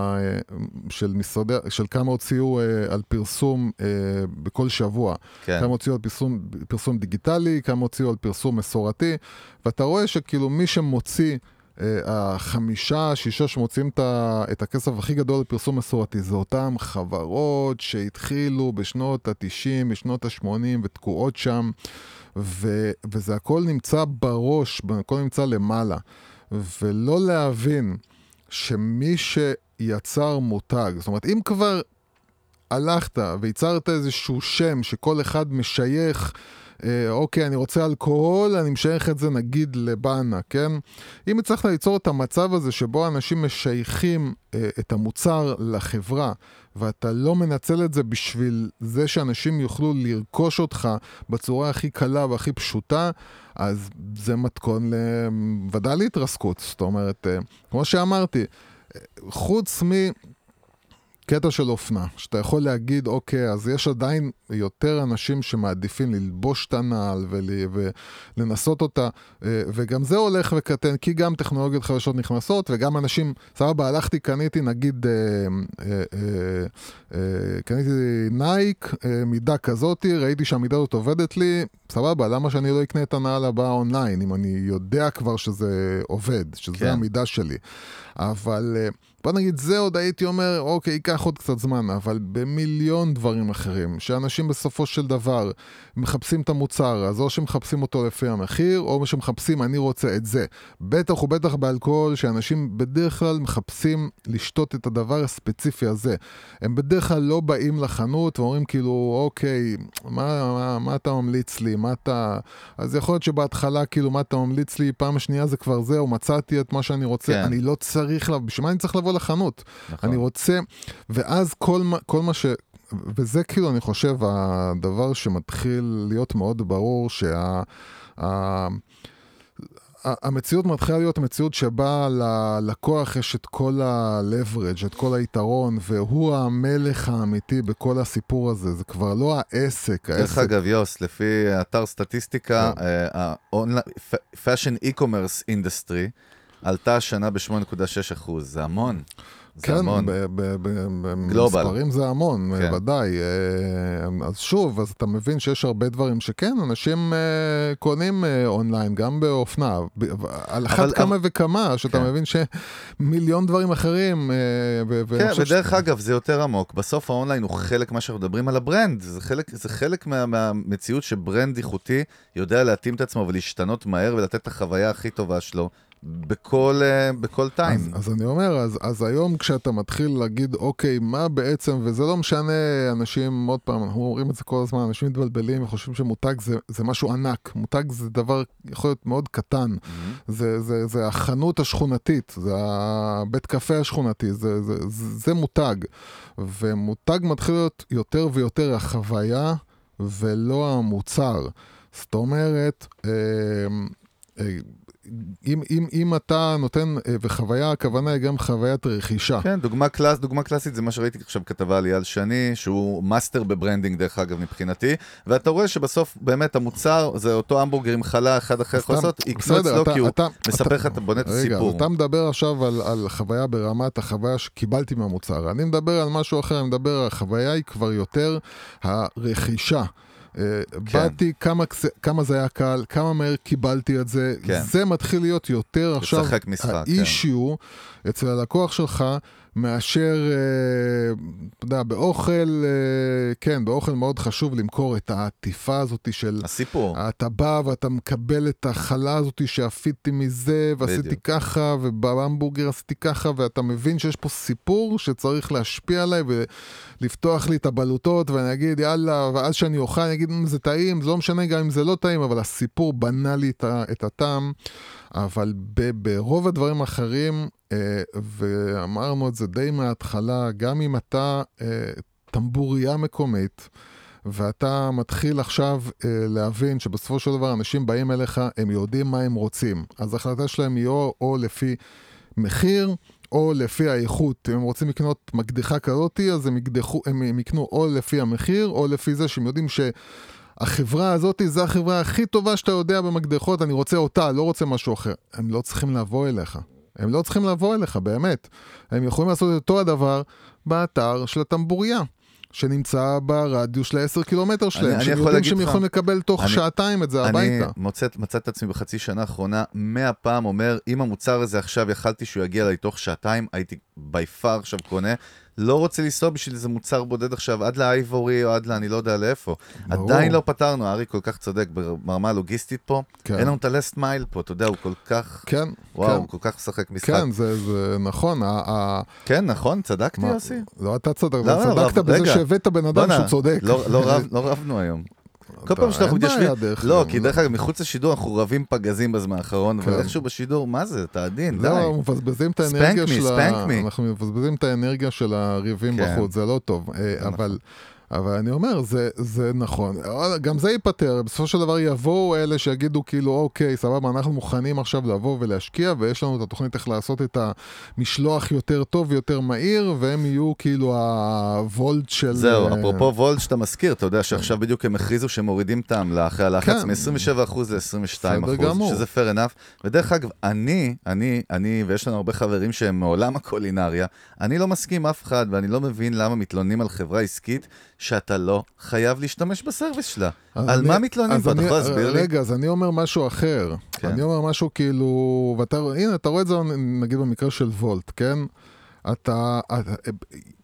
כמה הוציאו על פרסום בכל שבוע. כמה הוציאו על פרסום דיגיטלי, כמה הוציאו על פרסום מסורתי, ואתה רואה שכאילו מי שמוציא 5-6 שמוצאים את הכסף הכי גדול לפרסום מסורתי, זה אותם חברות שהתחילו בשנות ה-90, בשנות ה-80 ותקועות שם, וזה הכל נמצא בראש, הכל נמצא למעלה, ולא להבין שמי שיצר מותג, זאת אומרת, אם כבר הלכת ויצרת איזשהו שם שכל אחד משייך, אוקיי, אני רוצה אלכוהול, אני משייך את זה נגיד לבנה, כן? אם הצלחת ליצור את המצב הזה שבו אנשים משייכים את המוצר לחברה, ואתה לא מנצל את זה בשביל זה שאנשים יוכלו לרכוש אותך בצורה הכי קלה והכי פשוטה, אז זה מתכון לוודאי להתרסקות. זאת אומרת, כמו שאמרתי, חוץ קטע של אופנה, שאתה יכול להגיד, אוקיי, אז יש עדיין יותר אנשים שמעדיפים ללבוש את הנעל ולנסות אותה, וגם זה הולך וקטן, כי גם טכנולוגיות חדשות נכנסות, וגם אנשים, סבבה, הלכתי, קניתי, נגיד, קניתי נייק, מידה כזאת, ראיתי שהמידה הזאת עובדת לי, סבבה, למה שאני לא אקנה את הנעל הבאה אונליין, אם אני יודע כבר שזה עובד, שזה המידה שלי. אבל בוא נגיד, זה עוד הייתי אומר, אוקיי, ייקח לוקח עוד קצת זמן, אבל במיליון דברים אחרים, שאנשים בסופו של דבר מחפשים את המוצר, אז או שמחפשים אותו לפי המחיר, או שמחפשים אני רוצה את זה. בטח ובטח באלכוהול, שאנשים בדרך כלל מחפשים לשתות את הדבר הספציפי הזה. הם בדרך כלל לא באים לחנות ואומרים כאילו, אוקיי, מה אתה ממליץ לי? אז יכול להיות שבהתחלה כאילו מה אתה ממליץ לי, פעם השנייה זה כבר זה, או מצאתי את מה שאני רוצה, כן. אני לא צריך, בשביל מה אני צריך לבוא לחנות? נכון. אני רוצה, ואז כל מה וזה כאילו אני חושב הדבר שמתחיל להיות מאוד ברור המציאות מתחילה להיות מציאות שבה ללקוח יש את כל ה-leverage, את כל היתרון, והוא המלך האמיתי בכל הסיפור הזה. זה כבר לא העסק. דרך אגב, יוס, לפי אתר סטטיסטיקה, fashion e-commerce industry עלתה השנה ב-8.6%. זה המון. כן, במספרים זה המון, ודאי. אז שוב, אז אתה מבין שיש הרבה דברים שכן, אנשים קונים אונליין, גם באופנה, על אחת כמה וכמה, שאתה מבין שמיליון דברים אחרים. כן, ודרך אגב, זה יותר עמוק. בסוף האונליין הוא חלק מה שאנחנו מדברים על הברנד. זה חלק מהמציאות שברנד איכותי יודע להתאים את עצמו ולהשתנות מהר ולתת את החוויה הכי טובה שלו. בכל טיים. אז אני אומר, אז היום כשאתה מתחיל להגיד, אוקיי, מה בעצם, וזה לא משנה, אנשים, עוד פעם, אנחנו אומרים את זה כל הזמן, אנשים מתבלבלים וחושבים שמותג זה משהו ענק. מותג זה דבר יכול להיות מאוד קטן. זה החנות השכונתית, זה הבית קפה השכונתי, זה מותג. ומותג מתחיל להיות יותר ויותר החוויה ולא המוצר. זאת אומרת, אם אתה נותן, וחוויה, הכוונה היא גם חוויית רכישה. כן, דוגמה קלאסית זה מה שראיתי עכשיו כתבה על אייל שני, שהוא מאסטר בברנדינג דרך אגב מבחינתי, ואתה רואה שבסוף באמת המוצר זה אותו המבורגר עם חלה אחד אחר יכול לעשות, יקנו אצלו כי הוא מספר לך, אתה בונה את הסיפור. רגע, אז אתה מדבר עכשיו על חוויה ברמת החוויה שקיבלתי מהמוצר. אני מדבר על משהו אחר, אני מדבר על החוויה היא כבר יותר הרכישה. באתי, כמה זה היה קל, כמה מהר קיבלתי את זה, זה מתחיל להיות יותר עכשיו האישיו אצל הלקוח שלך, מאשר, אתה יודע, באוכל, כן, באוכל מאוד חשוב למכור את העטיפה הזאת של הסיפור. אתה בא ואתה מקבל את החלה הזאת שאפיתי מזה, ועשיתי ככה, ובהמבורגר עשיתי ככה, ואתה מבין שיש פה סיפור שצריך להשפיע עליי, ולפתוח לי את הבלוטות, ואני אגיד, יאללה, ואז שאני אוכל, אני אגיד, זה טעים, זה לא משנה גם אם זה לא טעים, אבל הסיפור בנה לי את הטעם, אבל ברוב הדברים האחרים, ואמרנו את זה די מההתחלה, גם אם אתה טמבוריה מקומית, ואתה מתחיל עכשיו להבין שבסופו של דבר אנשים באים אליך, הם יודעים מה הם רוצים. אז ההחלטה שלהם היא או לפי מחיר, או לפי האיכות. אם הם רוצים לקנות מקדחה כזאת, אז הם יקנו או לפי המחיר, או לפי זה שהם יודעים החברה הזאת זה החברה הכי טובה שאתה יודע במקדחות, אני רוצה אותה, לא רוצה משהו אחר. הם לא צריכים לבוא אליך. הם לא צריכים לבוא אליך, באמת. הם יכולים לעשות את אותו הדבר באתר של הטמבוריה, שנמצא ברדיוס של 10 קילומטר שלהם, שהם יודעים שהם יכולים לקבל תוך שעתיים את זה הביתה. אני מצאת את עצמי בחצי שנה האחרונה, 100 פעם אומר, אם המוצר הזה עכשיו יכלתי שהוא יגיע לי תוך שעתיים, הייתי ביפר עכשיו קונה, לא רוצה לנסוע בשביל איזה מוצר בודד עכשיו, עד לאייבורי או עד אני לא יודע לאיפה. עדיין לא פתרנו, ארי כל כך צודק ברמה הלוגיסטית פה, אין לנו את הלסט מייל פה, אתה יודע, הוא כל כך, וואו, הוא כל כך משחק משחק. כן, זה נכון. כן, נכון, צדקתי, יוסי? לא, אתה צדקת בזה שהבאת בן אדם שהוא צודק. לא רבנו היום. כל פעם שאנחנו מתיישבים, לא, כי דרך אגב, מחוץ לשידור אנחנו רבים פגזים בזמן האחרון, אבל איכשהו בשידור, מה זה? אתה עדין, די. לא, מבזבזים את האנרגיה אנחנו מבזבזים את האנרגיה של הריבים בחוץ, זה לא טוב, אבל אני אומר, זה נכון. גם זה ייפטר, בסופו של דבר יבואו אלה שיגידו כאילו, אוקיי, סבבה, אנחנו מוכנים עכשיו לבוא ולהשקיע, ויש לנו את התוכנית איך לעשות את המשלוח יותר טוב ויותר מהיר, והם יהיו כאילו הוולט של... זהו, אפרופו וולט שאתה מזכיר, אתה יודע שעכשיו בדיוק הם הכריזו שהם את העמלה אחרי הלחץ מ-27% ל-22%, שזה fair enough. ודרך אגב, אני, ויש לנו הרבה חברים שהם מעולם הקולינריה, אני לא מסכים אף אחד, ואני לא מבין למה מתלוננים על חברה עסקית שאתה לא חייב להשתמש בסרוויס שלה. על מה מתלוננים פה? אתה יכול להסביר לי? רגע, אז אני אומר משהו אחר. אני אומר משהו כאילו, הנה, אתה רואה את זה נגיד במקרה של וולט, כן?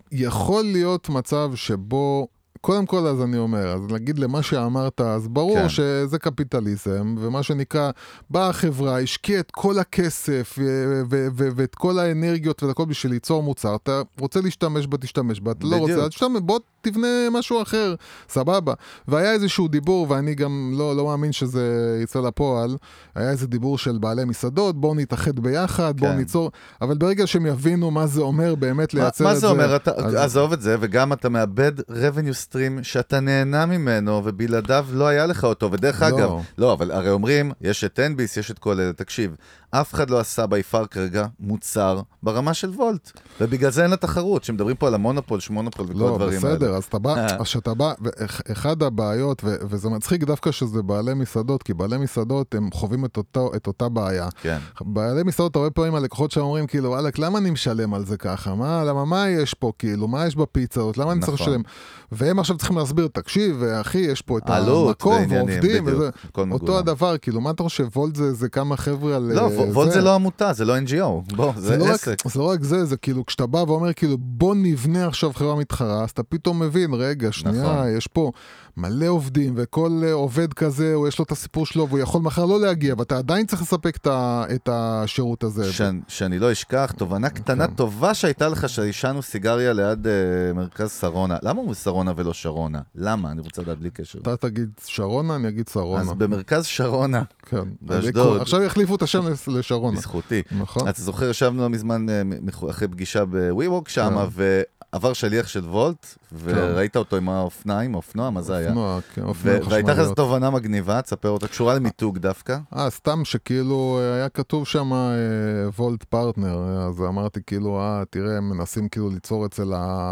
יכול להיות מצב שבו, קודם כל אז אני אומר, אז נגיד למה שאמרת, אז ברור כן. שזה קפיטליזם, ומה שנקרא, באה החברה, השקיע את כל הכסף ואת כל האנרגיות והכל בשביל ליצור מוצר, אתה רוצה להשתמש בה, תשתמש בה, אתה לא רוצה, אז תשתמש, בוא תבנה משהו אחר, סבבה. והיה איזשהו דיבור, ואני גם לא מאמין שזה יצא לפועל, היה איזה דיבור של בעלי מסעדות, בואו נתאחד ביחד, בואו ניצור, אבל ברגע שהם יבינו מה זה אומר באמת לייצר את זה. מה זה אומר? עזוב את זה, וגם אתה מאבד revenue stream שאתה נהנה ממנו, ובלעדיו לא היה לך אותו, ודרך אגב, לא, אבל הרי אומרים, יש את NBIS, יש את כל אלה, תקשיב, אף אחד לא עשה ביפר כרגע מוצר ברמה של וולט, ובגלל זה אין לה תחרות, שמדברים פה על המונופול, שמונופול וכל הדברים האלה. לא, בסדר, אז שאתה בא, אחד הבעיות, וזה מצחיק דווקא שזה בעלי מסעדות, כי בעלי מסעדות הם חווים את אותה בעיה. כן. בעלי מסעדות הרבה פעמים הלקוחות שאומרים, כאילו, וואלק, למה אני משלם על זה ככה? מה יש פה, כאילו, מה יש בפיצות? למה אני צריך לשלם? והם עכשיו צריכים להסביר, תקשיב, אחי, יש פה את המקום ועובדים, אותו הדבר, כאילו, מה אתה חושב, וולט זה כמה חבר'ה על... לא, וולט זה לא עמותה, זה לא NGO, בוא, זה עסק. זה לא רק זה, זה כאילו, כשאתה בא ואומר, כאילו, בוא נבנה עכשיו חברה מתחרה, אז אתה פתאום מבין, רגע, שנייה, יש פה מלא עובדים, וכל עובד כזה, הוא יש לו את הסיפור שלו, והוא יכול מחר לא להגיע, ואתה עדיין צריך לספק את השירות הזה. שאני לא אשכח, תובנה קטנה טובה שהייתה לך, שהישנו סיגריה ליד מרכז שרונה. למה הוא שרונה ולא שרונה? למה? אני רוצה לדעת בלי קשר. אתה תגיד שרונה, אני אגיד שרונה. אז במרכז שרונה. כן. באשדוד. עכשיו יחליפו את השם לשרונה. בזכותי. נכון. אתה זוכר, ישבנו מזמן אחרי פגישה בוויוורק שם, עבר שליח של וולט, וראית אותו עם האופניים, אופנוע, מה זה היה? אופנוע, כן, אופנוע חשמליות. והייתה לך תובנה מגניבה, תספר אותה, קשורה למיתוג דווקא? סתם שכאילו היה כתוב שם וולט פרטנר, אז אמרתי כאילו, תראה, הם מנסים כאילו ליצור אצל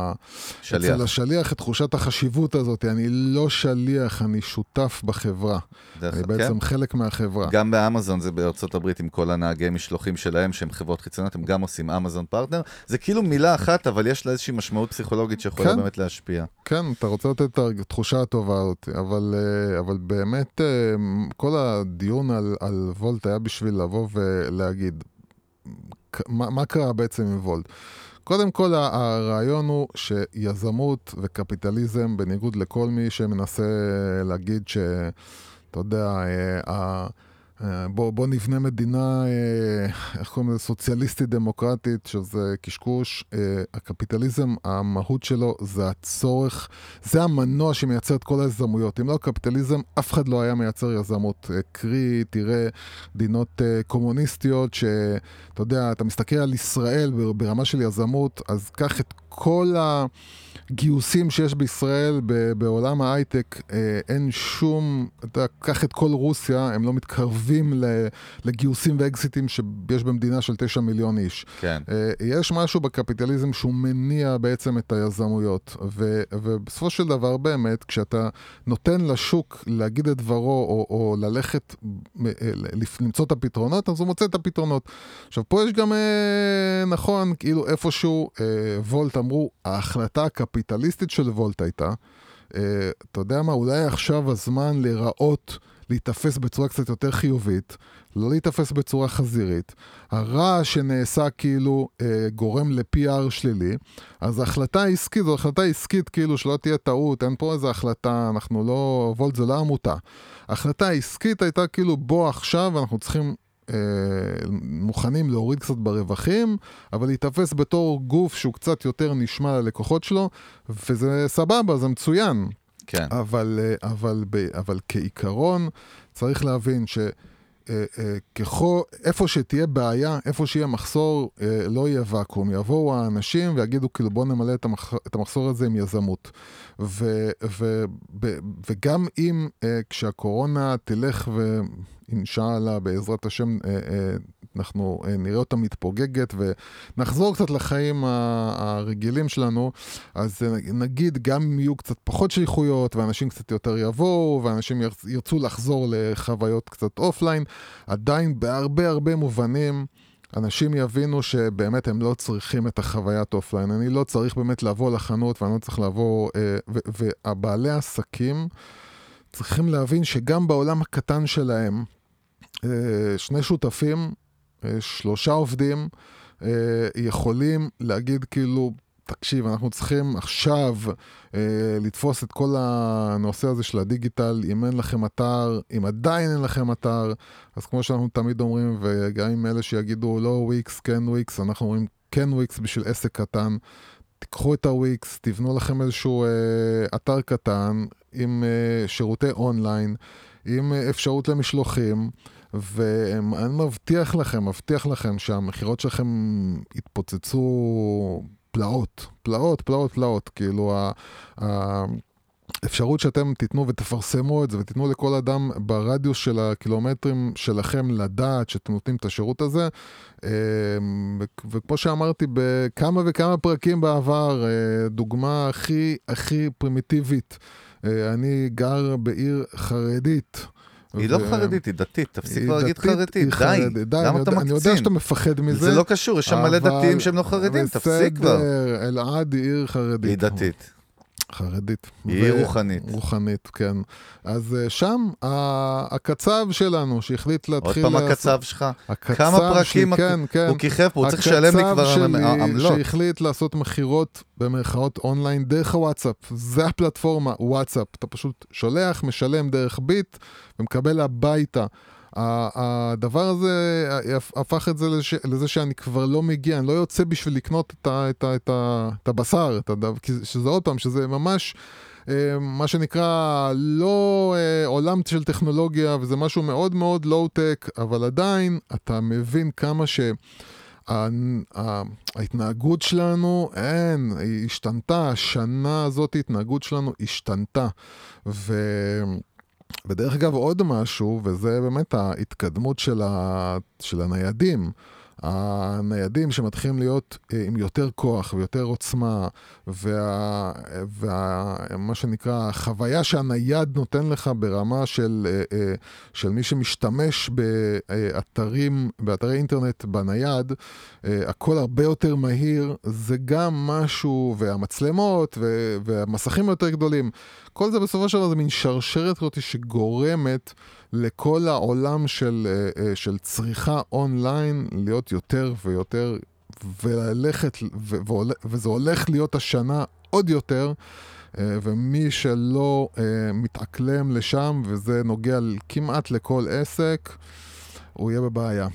השליח את תחושת החשיבות הזאת, אני לא שליח, אני שותף בחברה. אני בעצם חלק מהחברה. גם באמזון, זה בארצות הברית, עם כל הנהגי משלוחים שלהם, שהם חברות חיצוניות, הם גם עושים אמזון פרטנר. זה כאילו מילה אחת, אבל יש לה איזושהי משמעות פסיכולוגית שיכולה באמת להשפיע. כן, אתה רוצה לתת את התחושה הטובה הזאת, אבל באמת כל הדיון על וולט היה בשביל לבוא ולהגיד מה קרה בעצם עם וולט. קודם כל הרעיון הוא שיזמות וקפיטליזם, בניגוד לכל מי שמנסה להגיד אתה יודע, בוא נבנה מדינה, איך קוראים לזה, סוציאליסטית דמוקרטית, שזה קשקוש. הקפיטליזם, המהות שלו זה הצורך, זה המנוע שמייצר את כל ההזדמנויות. אם לא הקפיטליזם, אף אחד לא היה מייצר יזמות. קרי, תראה, מדינות קומוניסטיות, שאתה יודע, אתה מסתכל על ישראל ברמה של יזמות, אז קח את כל גיוסים שיש בישראל בעולם ההייטק, אין שום, אתה קח את כל רוסיה, הם לא מתקרבים לגיוסים ואקזיטים שיש במדינה של 9 מיליון איש. כן. יש משהו בקפיטליזם שהוא מניע בעצם את היזמויות, ובסופו של דבר באמת, כשאתה נותן לשוק להגיד את דברו, או ללכת, למצוא את הפתרונות, אז הוא מוצא את הפתרונות. עכשיו, פה יש גם, נכון, כאילו איפשהו, וולט אמרו, ההחלטה הקפיטליסטית של וולט הייתה, אתה יודע מה, אולי עכשיו הזמן להתאפס בצורה קצת יותר חיובית, לא להתאפס בצורה חזירית, הרע שנעשה כאילו גורם ל-PR שלילי, אז ההחלטה העסקית, זו החלטה עסקית כאילו שלא תהיה טעות, אין פה איזו החלטה, אנחנו לא, וולט זה לא עמותה. ההחלטה העסקית הייתה כאילו בוא עכשיו אנחנו צריכים מוכנים להוריד קצת ברווחים, אבל להתאפס בתור גוף שהוא קצת יותר נשמע ללקוחות שלו, וזה סבבה, זה מצוין. כן. אבל כעיקרון צריך להבין איפה שתהיה בעיה, איפה שיהיה מחסור, לא יהיה ואקום. יבואו האנשים ויגידו, כאילו, בוא נמלא את המחסור הזה עם יזמות. וגם אם כשהקורונה תלך אינשאללה, בעזרת השם, אנחנו נראה אותה מתפוגגת ונחזור קצת לחיים הרגילים שלנו, אז נגיד גם אם יהיו קצת פחות שליחויות ואנשים קצת יותר יבואו ואנשים ירצו לחזור לחוויות קצת אופליין, עדיין בהרבה מובנים אנשים יבינו שבאמת הם לא צריכים את החוויית אופליין. אני לא צריך באמת לבוא לחנות ואני לא צריך לבוא, והבעלי העסקים צריכים להבין שגם בעולם הקטן שלהם, 2 שותפים, 3 עובדים, יכולים להגיד כאילו, תקשיב, אנחנו צריכים עכשיו לתפוס את כל הנושא הזה של הדיגיטל, אם אין לכם אתר, אם עדיין אין לכם אתר, אז כמו שאנחנו תמיד אומרים, וגם עם אלה שיגידו לא וויקס, כן וויקס, אנחנו אומרים כן וויקס בשביל עסק קטן, תיקחו את הוויקס, תבנו לכם איזשהו אתר קטן, עם שירותי אונליין, עם אפשרות למשלוחים, ואני מבטיח לכם שהמחירות שלכם יתפוצצו פלאות, כאילו האפשרות שאתם תיתנו ותפרסמו את זה, ותיתנו לכל אדם ברדיוס של הקילומטרים שלכם לדעת שאתם נותנים את השירות הזה, וכמו שאמרתי בכמה וכמה פרקים בעבר, דוגמה הכי פרימיטיבית, אני גר בעיר חרדית, היא לא חרדית, היא דתית, תפסיק להגיד חרדית, די, למה אתה מקצין? אני יודע שאתה מפחד מזה. זה לא קשור, יש שם מלא דתיים שהם לא חרדים, תפסיק כבר. בסדר, אלעד היא עיר חרדית. היא דתית. חרדית. היא רוחנית. רוחנית, כן. אז שם הקצב שלנו, שהחליט להתחיל... עוד פעם הקצב שלך? כמה פרקים הוא כיכב פה, הוא צריך לשלם לי כבר עמלות. הקצב שהחליט לעשות מחירות במרכאות אונליין דרך הוואטסאפ. זה הפלטפורמה, וואטסאפ. אתה פשוט שולח, משלם דרך ביט, ומקבל הביתה. הדבר הזה הפך את זה לזה שאני כבר לא מגיע, אני לא יוצא בשביל לקנות את הבשר, שזה עוד פעם, שזה ממש מה שנקרא לא עולם של טכנולוגיה, וזה משהו מאוד מאוד לואו-טק, אבל עדיין אתה מבין כמה ההתנהגות שלנו, היא השתנתה, השנה הזאת ההתנהגות שלנו השתנתה, בדרך אגב עוד משהו, וזה באמת ההתקדמות של הניידים. הניידים שמתחילים להיות עם יותר כוח ויותר עוצמה, ומה שנקרא, החוויה שהנייד נותן לך ברמה של מי שמשתמש באתרי אינטרנט בנייד, הכל הרבה יותר מהיר, זה גם משהו, והמצלמות והמסכים יותר גדולים. כל זה בסופו של דבר זה מין שרשרת כזאת שגורמת לכל העולם של צריכה אונליין להיות יותר ויותר, וזה הולך להיות השנה עוד יותר, ומי שלא מתאקלם לשם, וזה נוגע כמעט לכל עסק, הוא יהיה בבעיה.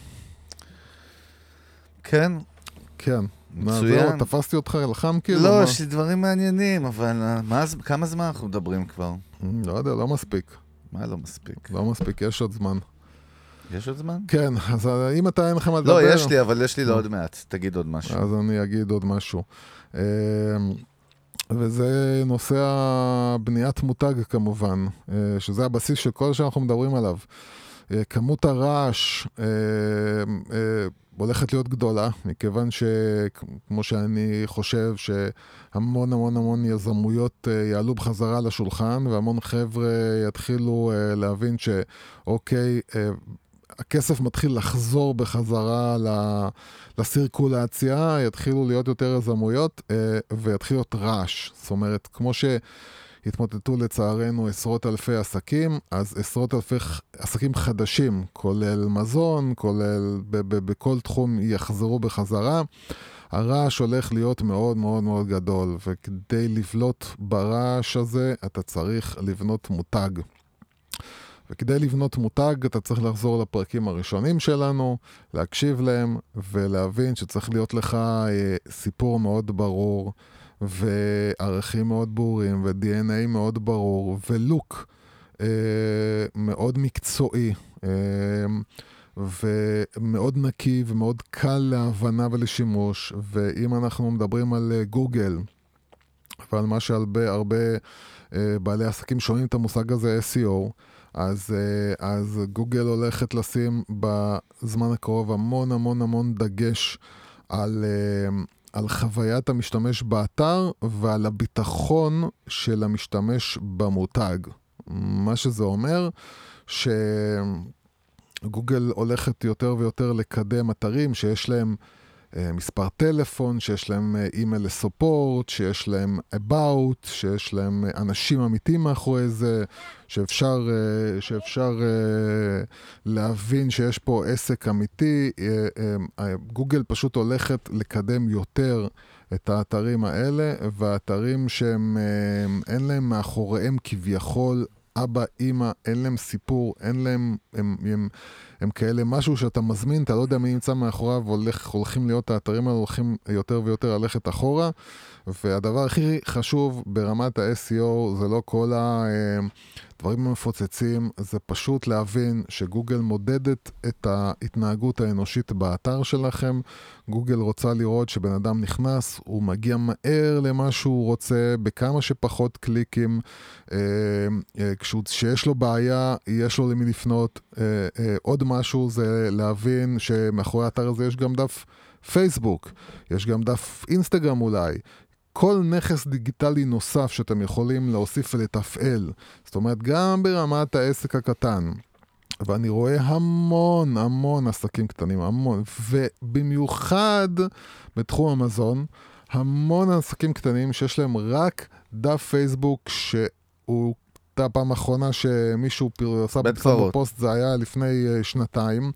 כן. כן. מצוין. תפסתי אותך לחם כאילו? לא, יש לי דברים מעניינים, אבל כמה זמן אנחנו מדברים כבר? לא יודע, לא מספיק. מה לא מספיק? לא מספיק, יש עוד זמן. יש עוד זמן? כן, אז אם אתה אין לך מה לדבר... לא, יש לי, אבל יש לי לעוד מעט. תגיד עוד משהו. אז אני אגיד עוד משהו. וזה נושא הבניית מותג כמובן, שזה הבסיס של כל שאנחנו מדברים עליו. כמות הרעש הולכת להיות גדולה, מכיוון שכמו שאני חושב שהמון המון המון יזמויות יעלו בחזרה לשולחן, והמון חבר'ה יתחילו להבין שאוקיי, הכסף מתחיל לחזור בחזרה לסירקולציה, יתחילו להיות יותר יזמויות ויתחיל להיות רעש. זאת אומרת, כמו שהתמוטטו לצערנו עשרות אלפי עסקים, אז עשרות אלפי עסקים חדשים, כולל מזון, כולל בכל תחום יחזרו בחזרה. הרעש הולך להיות מאוד מאוד מאוד גדול, וכדי לבלוט ברעש הזה אתה צריך לבנות מותג. וכדי לבנות מותג אתה צריך לחזור לפרקים הראשונים שלנו, להקשיב להם ולהבין שצריך להיות לך סיפור מאוד ברור וערכים מאוד ברורים ו-DNA מאוד ברור ולוק מאוד מקצועי ומאוד נקי ומאוד קל להבנה ולשימוש. ואם אנחנו מדברים על גוגל ועל מה שהרבה בעלי עסקים שונים את המושג הזה SEO, אז גוגל הולכת לשים בזמן הקרוב המון המון המון דגש על חוויית המשתמש באתר ועל הביטחון של המשתמש במותג. מה שזה אומר שגוגל הולכת יותר ויותר לקדם אתרים שיש להם מספר טלפון, שיש להם אימייל לסופורט, שיש להם about, שיש להם אנשים אמיתיים מאחורי זה, שאפשר להבין שיש פה עסק אמיתי. גוגל פשוט הולכת לקדם יותר את האתרים האלה, והאתרים שהם אין להם מאחוריהם כביכול אבא, אמא, אין להם סיפור, אין להם, הם כאלה משהו שאתה מזמין, אתה לא יודע מי נמצא מאחוריו, הולכים להיות האתרים האלה, הולכים יותר ויותר ללכת אחורה, והדבר הכי חשוב ברמת ה-SEO זה לא כל הדברים המפוצצים, זה פשוט להבין שגוגל מודדת את ההתנהגות האנושית באתר שלכם. גוגל רוצה לראות שבן אדם נכנס, הוא מגיע מהר למה שהוא רוצה, בכמה שפחות קליקים, כשיש לו בעיה, יש לו למי לפנות. עוד משהו זה להבין שמאחורי האתר הזה יש גם דף פייסבוק, יש גם דף אינסטגרם אולי, כל נכס דיגיטלי נוסף שאתם יכולים להוסיף ולתפעל. זאת אומרת, גם ברמת העסק הקטן. ואני רואה המון עסקים קטנים, המון. ובמיוחד בתחום המזון, המון עסקים קטנים שיש להם רק דף פייסבוק, שהוא פעם האחרונה שמישהו עשה בפוסט, זה היה לפני שנתיים.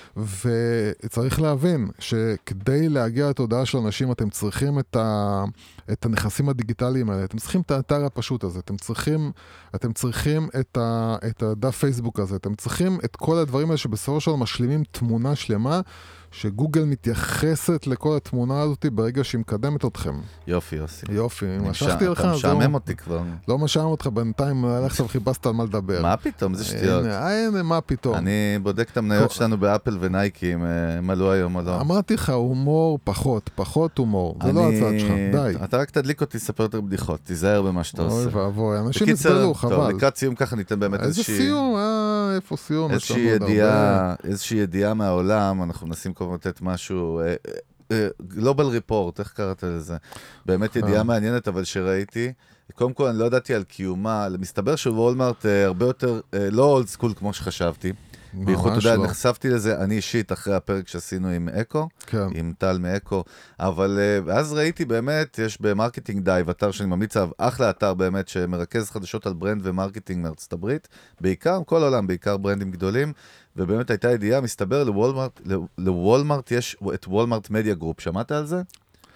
וצריך להבין שכדי להגיע לתודעה של אנשים אתם צריכים את הנכסים הדיגיטליים האלה, אתם צריכים את האתר הפשוט הזה, אתם צריכים את הדף פייסבוק הזה, אתם צריכים את כל הדברים האלה שבסופו של דבר משלימים תמונה שלמה, שגוגל מתייחסת לכל התמונה הזאת ברגע שהיא מקדמת אתכם. יופי, יוסי. יופי, משכתי לך. אתה משעמם אותי כבר. לא משעמם אותך, בינתיים הלכת וחיפשת על מה לדבר. מה פתאום? זה שטויות. הנה, מה פתאום? אני בודק את המניות שלנו באפל ונייקי, הם עלו היום או לא. אמרתי לך, הומור פחות הומור. זה לא הצד שלך, די. אתה רק תדליק אותי, ספר יותר בדיחות, תיזהר במה שאתה עושה. אוי ואבוי, אנשים יסבלו, חבל. טוב, לקראת סיום ככה ניתן באמת איזושהי... איזה סיום? איפה סיום? איזושהי ידיעה מהעולם, אנחנו מנסים כבר לתת משהו, גלובל ריפורט, איך קראת לזה? באמת ידיעה מעניינת, אבל שראיתי, קודם כל אני לא ידעתי על קיומה, מסתבר שוולמארט הרבה יותר, לא אולד סקול כמו שחשבתי, בייחוד, אתה יודע, נחשפתי לזה, אני אישית אחרי הפרק שעשינו עם אקו, עם טל מאקו, אבל אז ראיתי באמת, יש במרקטינג דייב, אתר שאני ממליץ עליו, אחלה אתר באמת, שמרכז חדשות על ברנד ומרקטינג מארצות הברית, בעיקר, כל העולם, בעיקר ברנדים גדולים, ובאמת הייתה ידיעה, מסתבר לוולמארט יש את וולמארט מדיה גרופ, שמעת על זה?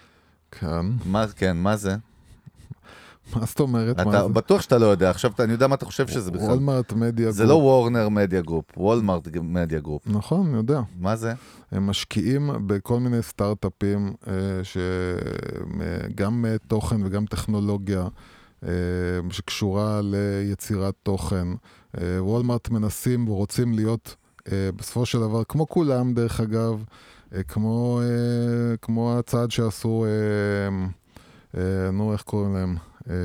כן. מה זה? מה זאת אומרת? אתה בטוח שאתה לא יודע, עכשיו אני יודע מה אתה חושב שזה בכלל. וולמארט מדיה גרופ. זה לא וורנר מדיה גרופ, וולמארט מדיה גרופ. נכון, אני יודע. מה זה? הם משקיעים בכל מיני סטארט-אפים, שגם תוכן וגם טכנולוגיה, שקשורה ליצירת תוכן. וולמארט מנסים ורוצים להיות, בסופו של דבר, כמו כולם דרך אגב, כמו הצעד שעשו, איך קוראים להם?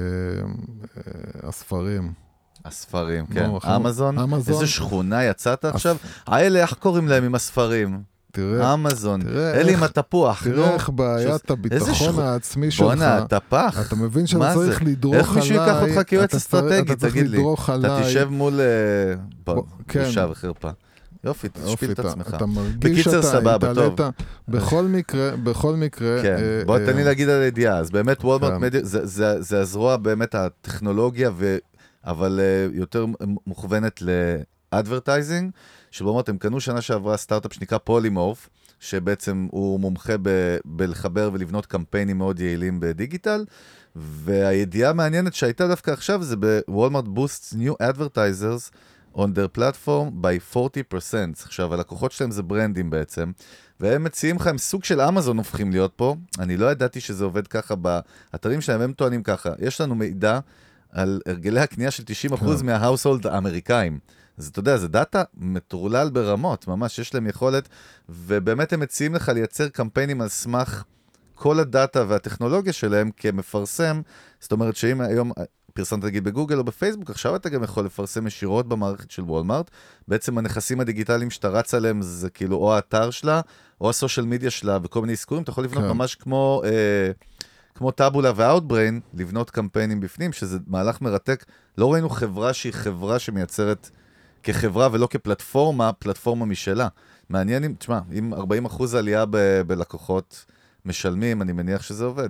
הספרים, כן. אמזון? איזה שכונה יצאת עכשיו? האלה, איך קוראים להם עם הספרים? אמזון. אלה עם התפוח. תראה איך בעיית הביטחון העצמי שלך. בונה, התפח. אתה מבין שאתה צריך לדרוך עליי. איך מישהו ייקח אותך כיועץ אסטרטגי, תגיד לי. אתה תשב מול... בושה וחרפה. יופי, תשפיל את עצמך. אתה מרגיש שאתה התעלית. בכל מקרה... כן, בוא תן לי להגיד על הידיעה. אז באמת וולמארט מדיה, זה הזרוע באמת הטכנולוגיה, אבל יותר מוכוונת לאדברטייזינג, שבאמת הם קנו שנה שעברה סטארט-אפ שנקרא פולימורף, שבעצם הוא מומחה בלחבר ולבנות קמפיינים מאוד יעילים בדיגיטל, והידיעה המעניינת שהייתה דווקא עכשיו זה בוולמארט boosts new advertisers on their platform by 40%. עכשיו, הלקוחות שלהם זה ברנדים בעצם, והם מציעים לך, הם סוג של אמזון הופכים להיות פה, אני לא ידעתי שזה עובד ככה באתרים שלהם, הם טוענים ככה, יש לנו מידע על הרגלי הקנייה של 90% מההאוסהולד האמריקאים. אז אתה יודע, זה דאטה מטורלל ברמות, ממש יש להם יכולת, ובאמת הם מציעים לך לייצר קמפיינים על סמך כל הדאטה והטכנולוגיה שלהם כמפרסם, זאת אומרת שאם היום פרסמת תגיד בגוגל או בפייסבוק, עכשיו אתה גם יכול לפרסם ישירות במערכת של וולמארט, בעצם הנכסים הדיגיטליים שאתה רץ עליהם זה כאילו או האתר שלה, או הסושיאל מדיה שלה וכל מיני עסקורים, אתה יכול לבנות ממש כמו טאבולה ואוטבריין, לבנות קמפיינים בפנים, שזה מהלך מרתק. לא ראינו חברה שהיא חברה שמייצרת כחברה ולא כפלטפורמה, פלטפורמה משלה. מעניין אם, תשמע, אם 40% עלייה בלקוחות משלמים, אני מניח שזה עובד.